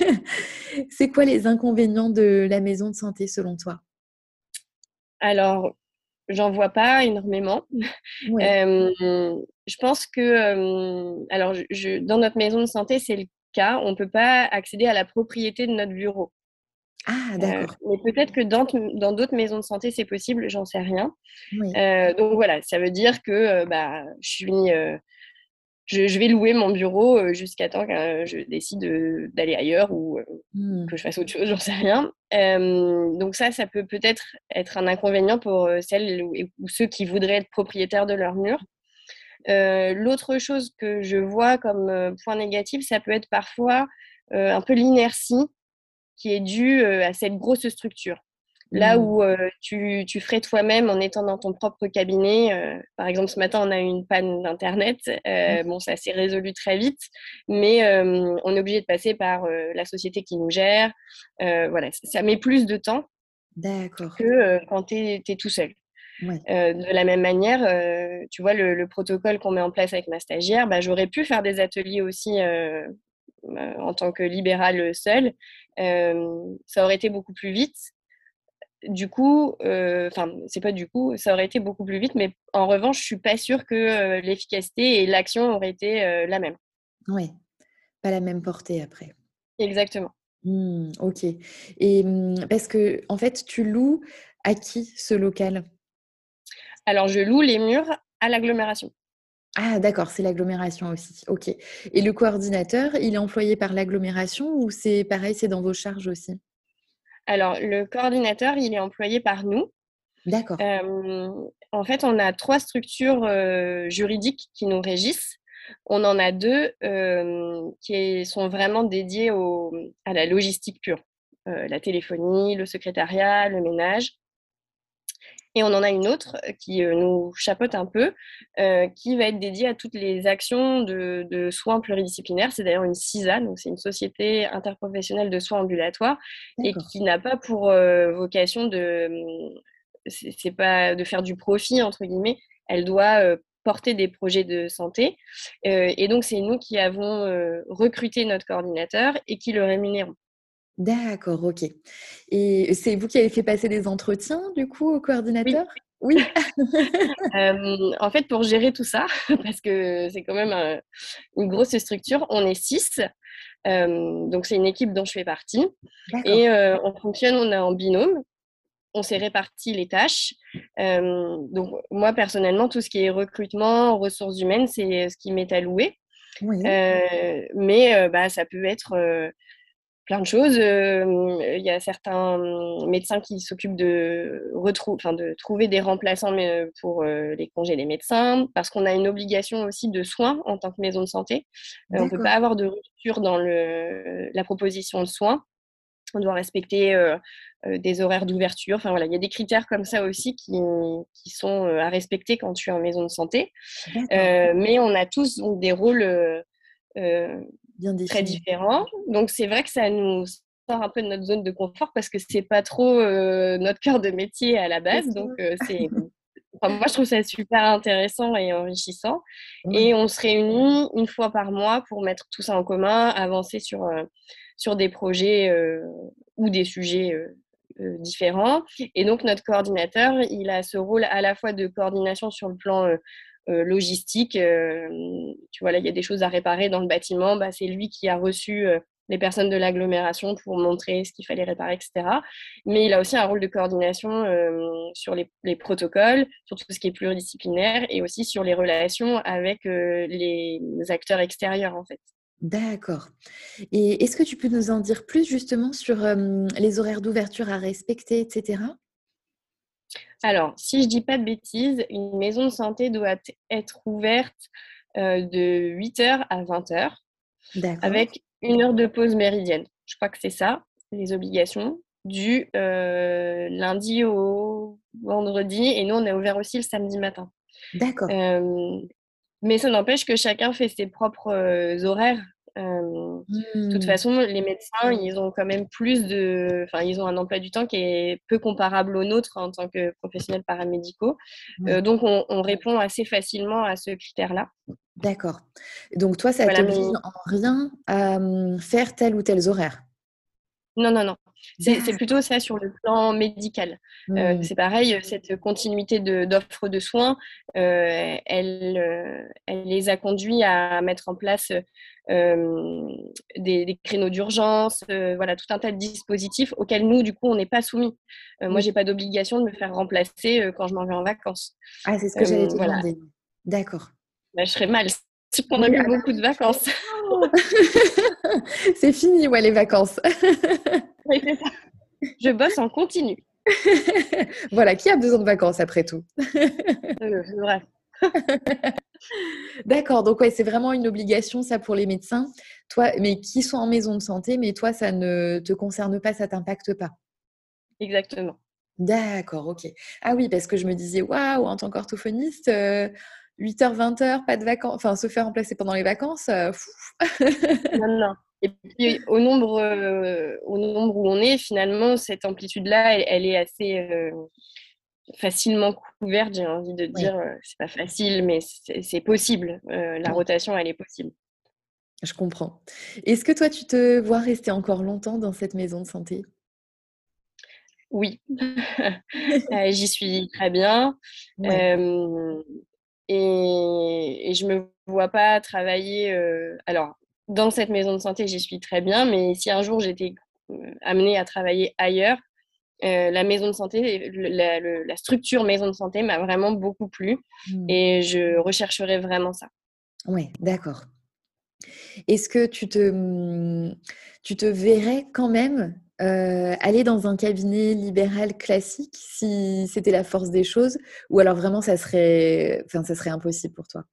[SPEAKER 3] C'est quoi les inconvénients de la maison de santé selon toi?
[SPEAKER 2] Alors, j'en vois pas énormément.
[SPEAKER 3] Oui.
[SPEAKER 2] Hem, je pense que, hem, alors je je dans notre maison de santé, c'est le cas, on peut pas accéder à la propriété de notre bureau.
[SPEAKER 3] Ah
[SPEAKER 2] Heu,
[SPEAKER 3] d'accord,
[SPEAKER 2] mais peut-être que dans t dans d'autres maisons de santé, c'est possible, j'en sais rien.
[SPEAKER 3] oui.
[SPEAKER 2] Heu, donc voilà, ça veut dire que, heu, bah, je suis, heu, je je vais louer mon bureau, heu, jusqu'à temps que je décide, heu, d'aller ailleurs ou, heu,
[SPEAKER 3] Mmh.
[SPEAKER 2] que je fasse autre chose, j'en sais rien. Hem, donc ça, ça peut peut-être être un inconvénient pour, heu, celles ou ou ceux qui voudraient être propriétaires de leurs murs. Heu, l'autre chose que je vois comme, heu, point négatif, ça peut être parfois, heu, un peu l'inertie qui est due, heu, à cette grosse structure. Là
[SPEAKER 3] Mmh.
[SPEAKER 2] où, heu, tu tu ferais toi-même en étant dans ton propre cabinet, heu, par exemple, ce matin, on a eu une panne d'internet, heu,
[SPEAKER 3] Oui,
[SPEAKER 2] bon, ça s'est résolu très vite, mais hem, on est obligé de passer par, heu, la société qui nous gère, heu, voilà, ç ça met plus de temps
[SPEAKER 3] d'accord.
[SPEAKER 2] que, heu, quand tu es tu es tout seul.
[SPEAKER 3] Ouais.
[SPEAKER 2] Heu, de la même manière, heu, tu vois, le le protocole qu'on met en place avec ma stagiaire, bah, j'aurais pu faire des ateliers aussi, heu heu, en tant que libérale, seule. Hem, ça aurait été beaucoup plus vite. Du coup, heu, enfin, c'est pas du coup, ça aurait été beaucoup plus vite, mais en revanche, je suis pas sûre que, heu, l'efficacité et l'action auraient été, heu, la même.
[SPEAKER 3] Ouais, pas la même portée après.
[SPEAKER 2] Exactement.
[SPEAKER 3] Mmh, OK et mmh, parce qu'en fait, tu loues à qui ce local?
[SPEAKER 2] Alors je loue les murs à l'agglomération.
[SPEAKER 3] Ah d'accord, c'est l'agglomération aussi. OK et le coordinateur, il est employé par l'agglomération ou c'est pareil, c'est dans vos charges aussi?
[SPEAKER 2] Alors le coordinateur, il est employé par nous.
[SPEAKER 3] D'accord,
[SPEAKER 2] Hem, en fait, on a trois structures, heu, juridiques qui nous régissent. On en a deux hem, qui sont vraiment dédiées au à la logistique pure, heu, la téléphonie, le secrétariat, le ménage. Et on en a une autre euh, qui, heu, nous chapeaute un peu, heu, qui va être dédiée à toutes les actions de de soins pluridisciplinaires. C'est d'ailleurs une SISA, donc c'est une société interprofessionnelle de soins ambulatoires et
[SPEAKER 3] d'accord.
[SPEAKER 2] qui n'a pas pour, heu, vocation de, mmh, c'est c'est pas de faire du «profit» entre guillemets. elle doit euh, porter des projets de santé. Euh, et donc, c'est nous qui avons euh, recruté notre coordinateur et qui le rémunérons.
[SPEAKER 3] D'accord, OK. Et c'est vous qui avez fait passer des entretiens, du coup, au
[SPEAKER 2] Oui.
[SPEAKER 3] coordinateur? Oui.
[SPEAKER 2] Euh, en fait, pour gérer tout ça, parce que c'est quand même un, une grosse structure, on est six. Euh, donc, c'est une équipe dont je fais partie.
[SPEAKER 3] D'accord.
[SPEAKER 2] Et euh, on fonctionne, on est en binôme. On s'est réparti les tâches. Euh, donc, moi, personnellement, tout ce qui est recrutement, ressources humaines, c'est ce qui m'est alloué.
[SPEAKER 3] Oui.
[SPEAKER 2] Euh, mais euh, bah, ça peut être euh, plein de choses. Euh, Il y a certains médecins qui s'occupent de, retrou- enfin, de trouver des remplaçants pour euh, les congés des médecins, parce qu'on a une obligation aussi de soins en tant que maison de santé. Euh, on ne peut pas
[SPEAKER 3] D'accord.
[SPEAKER 2] avoir de rupture dans le, la proposition de soins. On doit respecter euh, euh, des horaires d'ouverture. Enfin voilà, il y a des critères comme ça aussi qui, qui sont euh, à respecter quand tu es en maison de santé.
[SPEAKER 3] D'accord.
[SPEAKER 2] Euh, mais on a tous donc, des rôles euh, euh,
[SPEAKER 3] Bien
[SPEAKER 2] très
[SPEAKER 3] défini.
[SPEAKER 2] différents. Donc c'est vrai que ça nous sort un peu de notre zone de confort parce que c'est pas trop euh, notre cœur de métier à la
[SPEAKER 3] C'est
[SPEAKER 2] base.
[SPEAKER 3] ça.
[SPEAKER 2] Donc euh, c'est, enfin, moi je trouve ça super intéressant et enrichissant.
[SPEAKER 3] Ouais.
[SPEAKER 2] Et on se réunit une fois par mois pour mettre tout ça en commun, avancer sur euh, sur des projets euh, ou des sujets euh, euh, différents. Et donc notre coordinateur, il a ce rôle à la fois de coordination sur le plan euh, euh, logistique. Euh, tu vois, là, il y a des choses à réparer dans le bâtiment. Bah, c'est lui qui a reçu euh, les personnes de l'agglomération pour montrer ce qu'il fallait réparer, et cetera. Mais il a aussi un rôle de coordination euh, sur les, les protocoles, sur tout ce qui est pluridisciplinaire et aussi sur les relations avec euh, les acteurs extérieurs, en fait.
[SPEAKER 3] D'accord. Et est-ce que tu peux nous en dire plus justement sur euh, les horaires d'ouverture à respecter, et cetera?
[SPEAKER 2] Alors, si je dis pas de bêtises, une maison de santé doit être ouverte euh, de huit heures à vingt heures
[SPEAKER 3] D'accord.
[SPEAKER 2] avec une heure de pause méridienne. Je crois que c'est ça, les obligations, du euh, lundi au vendredi. Et nous, on est ouvert aussi le samedi matin.
[SPEAKER 3] D'accord.
[SPEAKER 2] Euh, mais ça n'empêche que chacun fait ses propres euh, horaires. Euh, de toute
[SPEAKER 3] Hmm.
[SPEAKER 2] façon, les médecins, ils ont quand même plus de... Enfin, ils ont un emploi du temps qui est peu comparable au nôtre en tant que professionnels paramédicaux. Euh,
[SPEAKER 3] Ouais.
[SPEAKER 2] donc, on, on répond assez facilement à ce critère-là.
[SPEAKER 3] D'accord. Donc toi, ça
[SPEAKER 2] Voilà,
[SPEAKER 3] t'oblige
[SPEAKER 2] mais
[SPEAKER 3] en rien à hum, faire tel ou tel horaire?
[SPEAKER 2] non, non, non. C'est, c'est
[SPEAKER 3] D'accord.
[SPEAKER 2] plutôt ça sur le plan médical. Euh,
[SPEAKER 3] Hmm.
[SPEAKER 2] c'est pareil, cette continuité de, d'offres de soins, euh, elle, euh, elle les a conduits à mettre en place euh, des, des créneaux d'urgence, euh, voilà, tout un tas de dispositifs auxquels nous, du coup, on n'est pas soumis. Euh, moi,
[SPEAKER 3] Oui.
[SPEAKER 2] j'ai pas d'obligation de me faire remplacer euh, quand je m'en vais en vacances.
[SPEAKER 3] Ah, c'est ce que j'allais
[SPEAKER 2] Euh,
[SPEAKER 3] te
[SPEAKER 2] voilà,
[SPEAKER 3] demander. D'accord.
[SPEAKER 2] bah, je serais mal si je prendrais
[SPEAKER 3] Oui,
[SPEAKER 2] plus
[SPEAKER 3] ah bah
[SPEAKER 2] beaucoup de
[SPEAKER 3] oui.
[SPEAKER 2] vacances.
[SPEAKER 3] Oh. C'est fini, ouais, les vacances.
[SPEAKER 2] Oui, c'est ça. Je bosse en continu.
[SPEAKER 3] Voilà, qui a besoin de vacances après tout?
[SPEAKER 2] Euh, bref.
[SPEAKER 3] D'accord, donc ouais, c'est vraiment une obligation, ça, pour les médecins. Toi, mais qui sont en maison de santé, mais toi, ça ne te concerne pas, ça t'impacte pas.
[SPEAKER 2] Exactement.
[SPEAKER 3] D'accord, OK. Ah oui, parce que je me disais: «Waouh, en tant qu'orthophoniste, heu, huit heures vingt heures, pas de vacances, enfin, se faire remplacer pendant les vacances, heu,
[SPEAKER 2] Non, non. Et puis au nombre, euh, au nombre où on est, finalement, cette amplitude-là, elle, elle est assez euh, facilement couverte. J'ai envie de
[SPEAKER 3] Oui,
[SPEAKER 2] dire, euh, c'est pas facile, mais c'est, c'est possible. Euh, la
[SPEAKER 3] oui,
[SPEAKER 2] rotation, elle est possible.
[SPEAKER 3] je comprends. Est-ce que toi, tu te vois rester encore longtemps dans cette maison de santé?
[SPEAKER 2] Oui, Euh, j'y suis très bien.
[SPEAKER 3] Ouais,
[SPEAKER 2] Euh, et, et je me vois pas travailler. Euh, alors, dans cette maison de santé, j'y suis très bien, mais si un jour j'étais euh, amenée à travailler ailleurs, Euh, la maison de santé, la, la, la structure maison de santé m'a vraiment beaucoup plu
[SPEAKER 3] mmh,
[SPEAKER 2] et je rechercherai vraiment ça.
[SPEAKER 3] ouais, d'accord. Est-ce que tu te, mmh, tu te verrais quand même, heu, aller dans un cabinet libéral classique si c'était la force des choses? Ou alors vraiment ça serait enfin, ça serait impossible pour toi?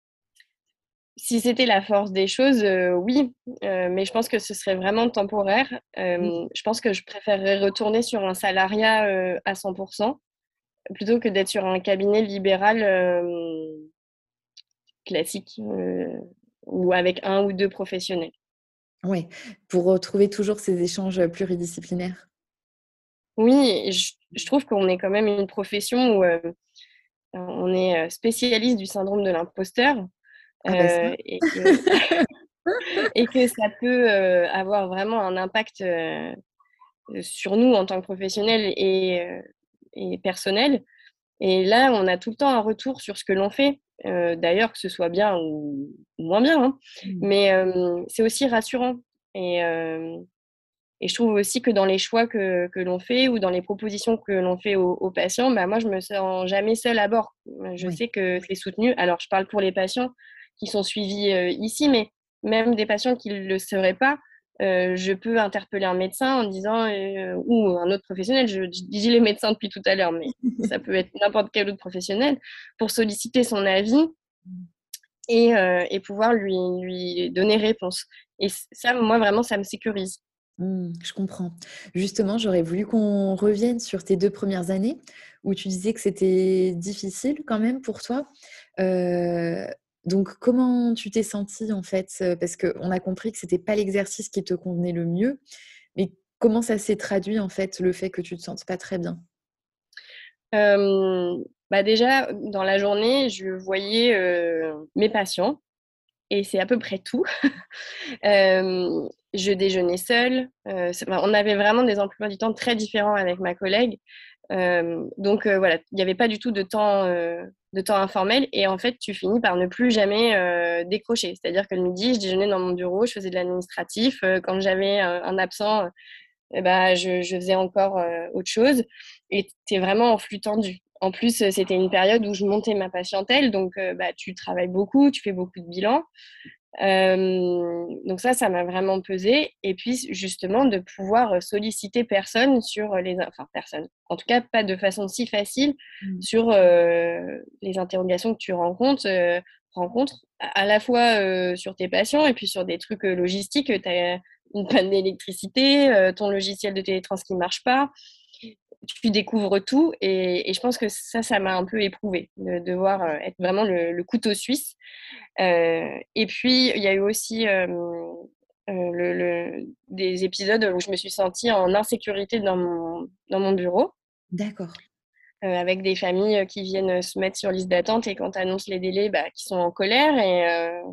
[SPEAKER 2] Si c'était la force des choses, euh, oui, euh, mais je pense que ce serait vraiment temporaire.
[SPEAKER 3] Oui.
[SPEAKER 2] Euh, je pense que je préférerais retourner sur un salariat euh, à cent pour cent plutôt que d'être sur un cabinet libéral euh, classique euh, ou avec un ou deux professionnels.
[SPEAKER 3] Ouais, pour retrouver toujours ces échanges pluridisciplinaires?
[SPEAKER 2] Oui, je, je trouve qu'on est quand même une profession où euh, on est spécialiste du syndrome de l'imposteur
[SPEAKER 3] Ah bah
[SPEAKER 2] euh,
[SPEAKER 3] ça.
[SPEAKER 2] et, que, et que ça peut euh, avoir vraiment un impact euh, sur nous en tant que professionnels et, euh, et personnels. Et là, on a tout le temps un retour sur ce que l'on fait, euh, d'ailleurs, que ce soit bien ou, ou moins bien. Hein.
[SPEAKER 3] Mmh.
[SPEAKER 2] Mais euh, c'est aussi rassurant. Et, euh, et je trouve aussi que dans les choix que, que l'on fait ou dans les propositions que l'on fait aux, aux patients, bah, moi, je me sens jamais seule à bord. Je
[SPEAKER 3] Oui.
[SPEAKER 2] sais que c'est soutenu. Alors, je parle pour les patients qui sont suivis euh, ici, mais même des patients qui ne le seraient pas, euh, je peux interpeller un médecin en disant, euh, ou un autre professionnel, je, je dis les médecins depuis tout à l'heure, mais ça peut être n'importe quel autre professionnel, pour solliciter son avis et, euh, et pouvoir lui, lui donner réponse. Et ça, moi, vraiment, ça me sécurise.
[SPEAKER 3] Mmh, je comprends. Justement, j'aurais voulu qu'on revienne sur tes deux premières années où tu disais que c'était difficile quand même pour toi. Heu, donc comment tu t'es sentie en fait? Heu, parce qu'on a compris que c'était pas l'exercice qui te convenait le mieux, mais comment ça s'est traduit en fait, le fait que tu te sentes pas très bien?
[SPEAKER 2] Euh, bah déjà, dans la journée, je voyais euh, mes patients et c'est à peu près tout. Euh, je déjeunais seule. Euh, c'est- enfin, on avait vraiment des emplois du temps très différents avec ma collègue. Euh, donc euh, voilà, il n'y avait pas du tout de temps, euh, de temps informel. Et en fait, tu finis par ne plus jamais euh, décrocher. C'est-à-dire que le midi, je déjeunais dans mon bureau, je faisais de l'administratif. Euh, quand j'avais euh, un absent, eh ben, je, je faisais encore euh, autre chose. Et tu es vraiment en flux tendu. En plus, euh, c'était une période où je montais ma patientèle. Donc, euh, bah, tu travailles beaucoup, tu fais beaucoup de bilans. Euh, donc ça, ça m'a vraiment pesé. Et puis justement, de pouvoir solliciter personne sur les... Enfin, personne. En tout cas, pas de façon si facile
[SPEAKER 3] Mmh.
[SPEAKER 2] sur euh, les interrogations que tu rencontres, euh, rencontres à la fois euh, sur tes patients et puis sur des trucs euh, logistiques. Tu as une panne d'électricité, euh, ton logiciel de télétrans qui ne marche pas. Tu découvres tout et, et je pense que ça, ça m'a un peu éprouvée de devoir euh, être vraiment le, le couteau suisse. Euh, et puis, il y a eu aussi euh, euh, le, le, des épisodes où je me suis sentie en insécurité dans mon, dans mon bureau,
[SPEAKER 3] D'accord.
[SPEAKER 2] euh, avec des familles qui viennent se mettre sur liste d'attente et quand tu annonces les délais, bah, qui sont en colère. Et, euh,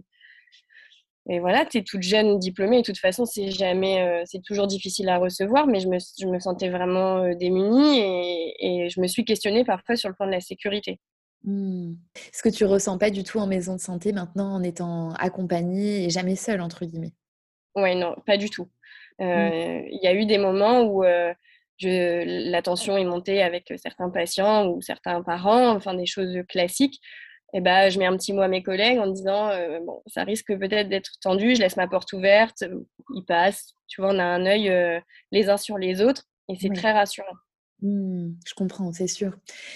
[SPEAKER 2] et voilà, tu es toute jeune diplômée et de toute façon, c'est jamais, euh, c'est toujours difficile à recevoir, mais je me, je me sentais vraiment euh, démunie et, et je me suis questionnée parfois sur le plan de la sécurité.
[SPEAKER 3] Mmh. Ce que tu ressens pas du tout en maison de santé maintenant en étant accompagnée et «jamais seule» entre guillemets?
[SPEAKER 2] Ouais, non, pas du tout.
[SPEAKER 3] Mmh.
[SPEAKER 2] Heu, il y a eu des moments où, heu, je la tension est montée avec, certains patients ou certains parents, enfin des choses, classiques et bah, je mets un petit mot à mes collègues en disant, heu: «Bon, ça risque peut-être d'être tendu, je laisse ma porte ouverte, ils passent». Tu vois, on a un œil, heu, les uns sur les autres et c'est
[SPEAKER 3] Ouais.
[SPEAKER 2] très rassurant.
[SPEAKER 3] Mmh, je comprends, c'est sûr.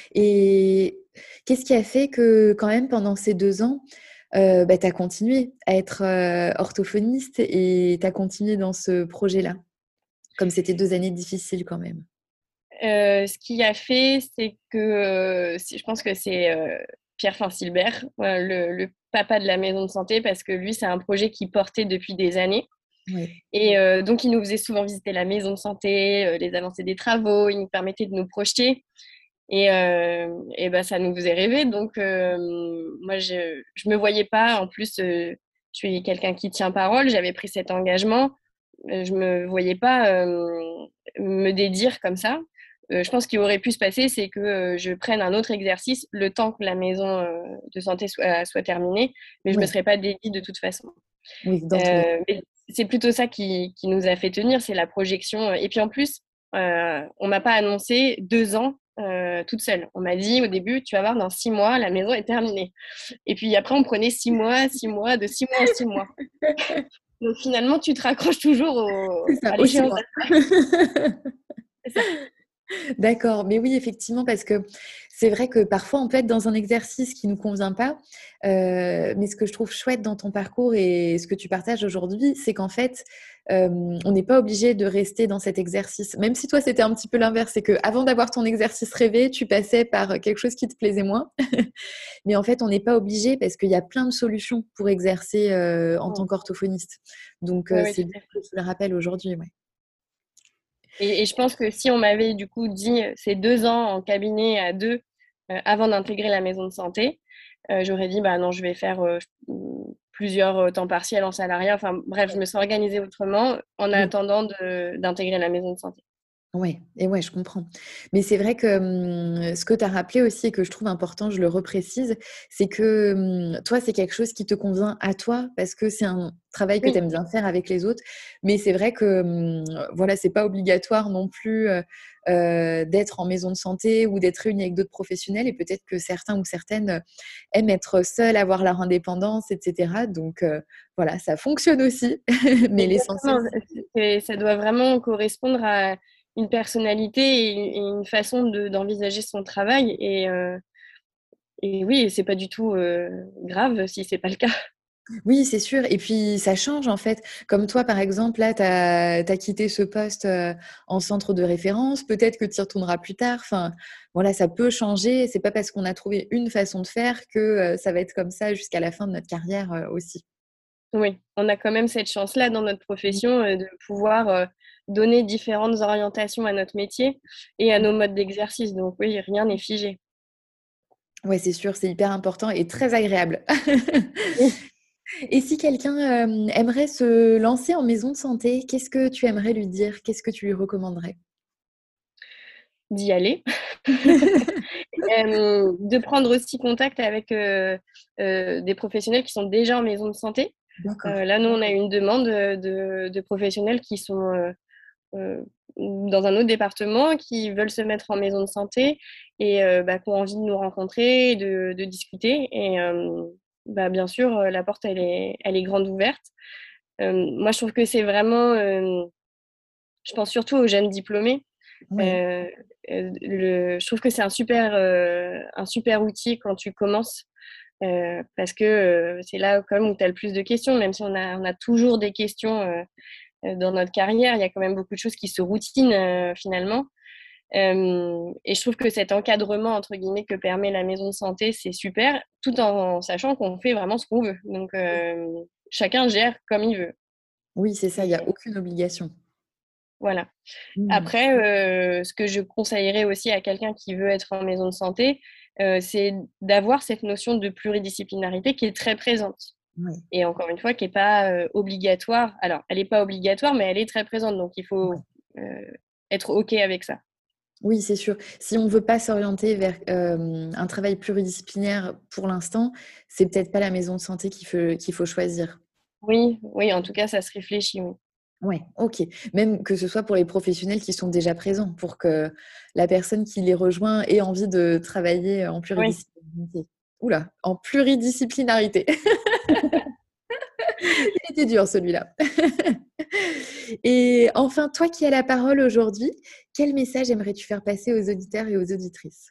[SPEAKER 3] Et qu'est-ce qui a fait que quand même pendant ces deux ans, heu, bah, tu as continué à être, heu, orthophoniste et tu as continué dans ce projet-là? Comme c'était deux années difficiles quand même.
[SPEAKER 2] Heu, ce qui a fait, c'est que, heu, c'est je pense que c'est, heu, Pierre Fancilbert, heu, le le papa de la maison de santé parce que lui, c'est un projet qu'il portait depuis des années.
[SPEAKER 3] Oui.
[SPEAKER 2] Et euh, donc, il nous faisait souvent visiter la maison de santé, euh, les avancées des travaux, il nous permettait de nous projeter. Et, euh, et ben, ça nous faisait rêver. Donc, euh, moi, je ne me voyais pas. En plus, euh, je suis quelqu'un qui tient parole. J'avais pris cet engagement. Euh, Je ne me voyais pas euh, me dédire comme ça. Euh, je pense qu'il aurait pu se passer, c'est que euh, je prenne un autre exercice le temps que la maison euh, de santé soit, soit terminée, mais je ne me
[SPEAKER 3] Ouais,
[SPEAKER 2] serais pas dédiée de toute façon.
[SPEAKER 3] oui, dans tous les cas.
[SPEAKER 2] Euh, mais c'est plutôt ça qui, qui nous a fait tenir, c'est la projection. Et puis en plus, euh, on m'a pas annoncé deux ans euh, toute seule. On m'a dit au début, tu vas voir, dans six mois, la maison est terminée. Et puis après, on prenait six mois, six mois, de six mois en six mois. Donc finalement, tu te raccroches toujours au,
[SPEAKER 3] C'est ça,
[SPEAKER 2] à
[SPEAKER 3] aussi
[SPEAKER 2] l'échéance
[SPEAKER 3] loin.
[SPEAKER 2] d'après. C'est ça.
[SPEAKER 3] D'accord, mais oui, effectivement, parce que c'est vrai que parfois, on peut être dans un exercice qui ne nous convient pas. Heu, mais ce que je trouve chouette dans ton parcours et ce que tu partages aujourd'hui, c'est qu'en fait, hem, on n'est pas obligé de rester dans cet exercice. Même si toi, c'était un petit peu l'inverse, c'est qu'avant d'avoir ton exercice rêvé, tu passais par quelque chose qui te plaisait moins. Mais en fait, on n'est pas obligé parce qu'il y a plein de solutions pour exercer, heu, en tant qu'orthophoniste. Donc
[SPEAKER 2] Oui,
[SPEAKER 3] heu,
[SPEAKER 2] oui,
[SPEAKER 3] c'est
[SPEAKER 2] tout
[SPEAKER 3] bien
[SPEAKER 2] à fait.
[SPEAKER 3] que tu le rappelles aujourd'hui, ouais.
[SPEAKER 2] Et, et je pense que si on m'avait du coup dit euh, ces deux ans en cabinet à deux, euh, avant d'intégrer la maison de santé, euh, j'aurais dit, bah non, je vais faire euh, plusieurs euh, temps partiels en salariat. Enfin bref, je me suis organisée autrement en
[SPEAKER 3] Oui.
[SPEAKER 2] attendant de, d'intégrer la maison de santé.
[SPEAKER 3] Ouais et ouais, je comprends. Mais c'est vrai que, mmh, ce que tu as rappelé aussi et que je trouve important, je le reprécise, c'est que, mmh, toi, c'est quelque chose qui te convient à toi parce que c'est un travail que tu
[SPEAKER 2] Oui,
[SPEAKER 3] aimes bien faire avec les autres. Mais c'est vrai que, mmh, voilà, c'est pas obligatoire non plus, heu heu, d'être en maison de santé ou d'être réuni avec d'autres professionnels et peut-être que certains ou certaines, heu, aiment être seuls, avoir leur indépendance et cetera. Donc heu, voilà, ça fonctionne aussi, mais l'essentiel,
[SPEAKER 2] exactement. C'est- ça doit vraiment correspondre à une personnalité et, et une façon de, d'envisager son travail. Et, euh, et oui, c'est pas du tout euh, grave si c'est pas le cas.
[SPEAKER 3] oui, c'est sûr et puis ça change en fait. Comme toi, par exemple, là, tu as quitté ce poste, heu, en centre de référence. Peut-être que tu y retourneras plus tard. Enfin, voilà, ça peut changer. C'est pas parce qu'on a trouvé une façon de faire que, heu, ça va être comme ça jusqu'à la fin de notre carrière, heu, aussi.
[SPEAKER 2] Oui, on a quand même cette chance-là dans notre
[SPEAKER 3] Mmh.
[SPEAKER 2] profession euh, de pouvoir euh, donner différentes orientations à notre métier et à nos modes d'exercice. Donc oui, rien n'est figé.
[SPEAKER 3] Ouais, c'est sûr, c'est hyper important et très agréable.
[SPEAKER 2] Oui.
[SPEAKER 3] Et si quelqu'un, hem, aimerait se lancer en maison de santé, qu'est-ce que tu aimerais lui dire? Qu'est-ce que tu lui recommanderais?
[SPEAKER 2] D'y aller. Euh, de prendre aussi contact avec euh, euh, des professionnels qui sont déjà en maison de santé.
[SPEAKER 3] D'accord.
[SPEAKER 2] Euh, là, nous, on a une demande de, de professionnels qui sont euh, euh, dans un autre département, qui veulent se mettre en maison de santé et euh, bah, qui ont envie de nous rencontrer, de, de discuter. Et euh, bah, bien sûr, euh, la porte, elle est, elle est grande ouverte. Euh, moi, je trouve que c'est vraiment, euh, je pense surtout aux jeunes diplômés.
[SPEAKER 3] Oui,
[SPEAKER 2] Euh, euh, le, je trouve que c'est un super, euh, un super outil quand tu commences. Euh, parce que euh, c'est là quand même où tu as le plus de questions, même si on a, on a toujours des questions euh, euh, dans notre carrière, il y a quand même beaucoup de choses qui se routinent euh, finalement. Euh, et je trouve que cet encadrement, entre guillemets, que permet la maison de santé, c'est super, tout en sachant qu'on fait vraiment ce qu'on veut. Donc, euh, chacun gère comme il veut.
[SPEAKER 3] oui, c'est ça, il y a
[SPEAKER 2] Et
[SPEAKER 3] aucune obligation.
[SPEAKER 2] voilà.
[SPEAKER 3] Mmh.
[SPEAKER 2] Après, euh, ce que je conseillerais aussi à quelqu'un qui veut être en maison de santé, euh, c'est d'avoir cette notion de pluridisciplinarité qui est très présente.
[SPEAKER 3] Oui,
[SPEAKER 2] Et encore une fois, qui n'est pas euh, obligatoire. Alors, elle n'est pas obligatoire, mais elle est très présente. Donc, il
[SPEAKER 3] ouais.
[SPEAKER 2] faut euh, être OK avec ça.
[SPEAKER 3] Oui, c'est sûr. Si on veut pas s'orienter vers, hem, un travail pluridisciplinaire pour l'instant, c'est peut-être pas la maison de santé qu'il faut qu'il faut choisir.
[SPEAKER 2] Oui, oui, en tout cas, ça se réfléchit, oui.
[SPEAKER 3] Ouais, OK. Même que ce soit pour les professionnels qui sont déjà présents, pour que la personne qui les rejoint ait envie de travailler en
[SPEAKER 2] Oui.
[SPEAKER 3] pluridisciplinarité. Ouh là, en pluridisciplinarité. Il était dur celui-là. Et enfin, toi qui as la parole aujourd'hui, quel message aimerais-tu faire passer aux auditeurs et aux auditrices?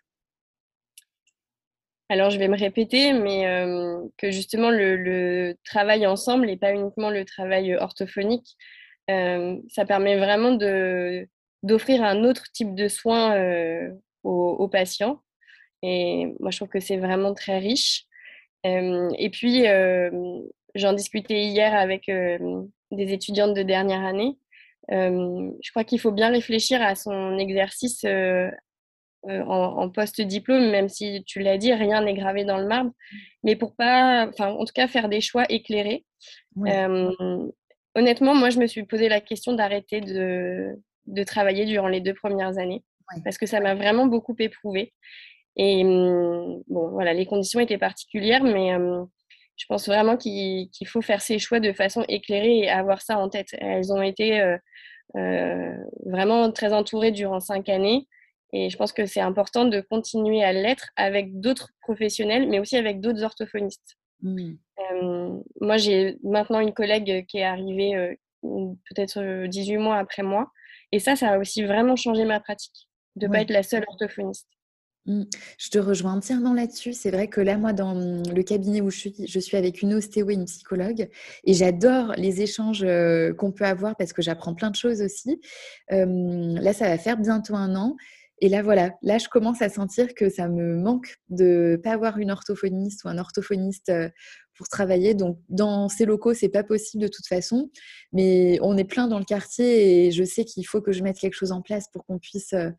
[SPEAKER 2] Alors, je vais me répéter, mais euh, que justement, le, le travail ensemble et pas uniquement le travail orthophonique, euh, ça permet vraiment de, d'offrir un autre type de soins euh, aux, aux patients. Et moi, je trouve que c'est vraiment très riche. Euh, et puis, euh, j'en discutais hier avec euh, des étudiantes de dernière année. Euh, je crois qu'il faut bien réfléchir à son exercice euh, euh, en, en post-diplôme, même si tu l'as dit, rien n'est gravé dans le marbre, mais pour pas, enfin, en tout cas, faire des choix éclairés.
[SPEAKER 3] Oui,
[SPEAKER 2] Euh, honnêtement, moi, je me suis posé la question d'arrêter de, de travailler durant les deux premières années,
[SPEAKER 3] ouais.
[SPEAKER 2] parce que ça m'a vraiment beaucoup éprouvée. Et hum, bon, voilà, les conditions étaient particulières, mais hum, je pense vraiment qu'il qu'il faut faire ses choix de façon éclairée et avoir ça en tête. Elles ont été euh, euh, vraiment très entourées durant cinq années. Et je pense que c'est important de continuer à l'être avec d'autres professionnels, mais aussi avec d'autres orthophonistes.
[SPEAKER 3] Mmh.
[SPEAKER 2] Euh, moi, j'ai maintenant une collègue qui est arrivée euh, peut-être euh, dix-huit mois après moi. Et ça, ça a aussi vraiment changé ma pratique, de ne pas
[SPEAKER 3] Ouais.
[SPEAKER 2] être la seule orthophoniste.
[SPEAKER 3] Mmh. Je te rejoins entièrement là-dessus. C'est vrai que là, moi, dans mmh, le cabinet où je suis, je suis avec une ostéo et une psychologue et j'adore les échanges, heu, qu'on peut avoir parce que j'apprends plein de choses aussi. Hem, là, ça va faire bientôt un an et là, voilà, là, je commence à sentir que ça me manque de pas avoir une orthophoniste ou un orthophoniste, heu, pour travailler. Donc dans ces locaux, c'est pas possible de toute façon, mais on est plein dans le quartier et je sais qu'il faut que je mette quelque chose en place pour qu'on puisse, heu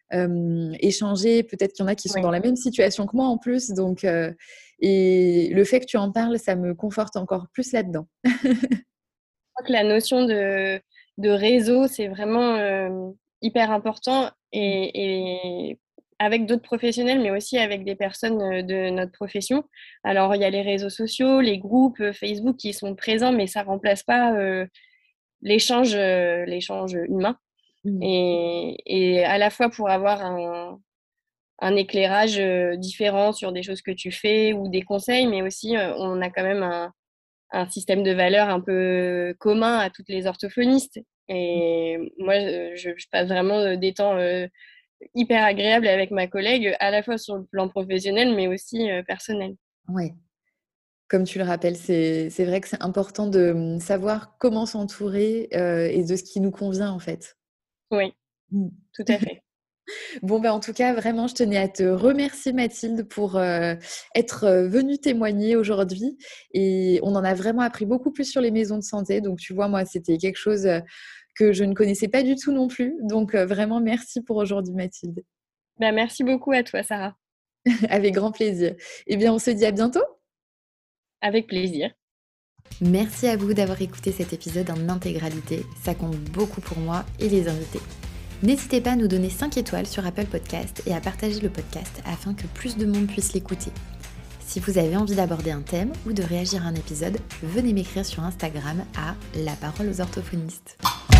[SPEAKER 3] euh, échanger. Peut-être qu'il y en a qui sont
[SPEAKER 2] Oui.
[SPEAKER 3] dans la même situation que moi en plus. Donc, euh, et le fait que tu en parles, ça me conforte encore plus là-dedans.
[SPEAKER 2] Je crois que la notion de, de réseau, c'est vraiment euh, hyper important et, et avec d'autres professionnels, mais aussi avec des personnes euh, de notre profession. Alors, il y a les réseaux sociaux, les groupes euh, Facebook qui sont présents, mais ça ne remplace pas euh, l'échange, euh, l'échange humain.
[SPEAKER 3] Mm.
[SPEAKER 2] Et, et à la fois pour avoir un, un éclairage euh, différent sur des choses que tu fais ou des conseils, mais aussi euh, on a quand même un, un système de valeurs un peu commun à toutes les orthophonistes. Et moi, je, je passe vraiment des temps euh, hyper agréables avec ma collègue, à la fois sur le plan professionnel, mais aussi euh, personnel.
[SPEAKER 3] Ouais. Comme tu le rappelles, c'est, c'est vrai que c'est important de savoir comment s'entourer euh, et de ce qui nous convient en fait.
[SPEAKER 2] Oui,
[SPEAKER 3] Mm.
[SPEAKER 2] tout à fait.
[SPEAKER 3] Bon, ben, en tout cas, vraiment, je tenais à te remercier, Mathilde, pour euh, être euh, venue témoigner aujourd'hui. Et on en a vraiment appris beaucoup plus sur les maisons de santé. Donc, tu vois, moi, c'était quelque chose euh, que je ne connaissais pas du tout non plus. Donc, euh, vraiment, merci pour aujourd'hui, Mathilde.
[SPEAKER 2] Ben, merci beaucoup à toi, Sarah.
[SPEAKER 3] Avec grand plaisir. Eh bien, on se dit à bientôt.
[SPEAKER 2] Avec plaisir.
[SPEAKER 1] Merci à vous d'avoir écouté cet épisode en intégralité. Ça compte beaucoup pour moi et les invités. N'hésitez pas à nous donner cinq étoiles sur Apple Podcast et à partager le podcast afin que plus de monde puisse l'écouter. Si vous avez envie d'aborder un thème ou de réagir à un épisode, venez m'écrire sur Instagram à La Parole aux orthophonistes.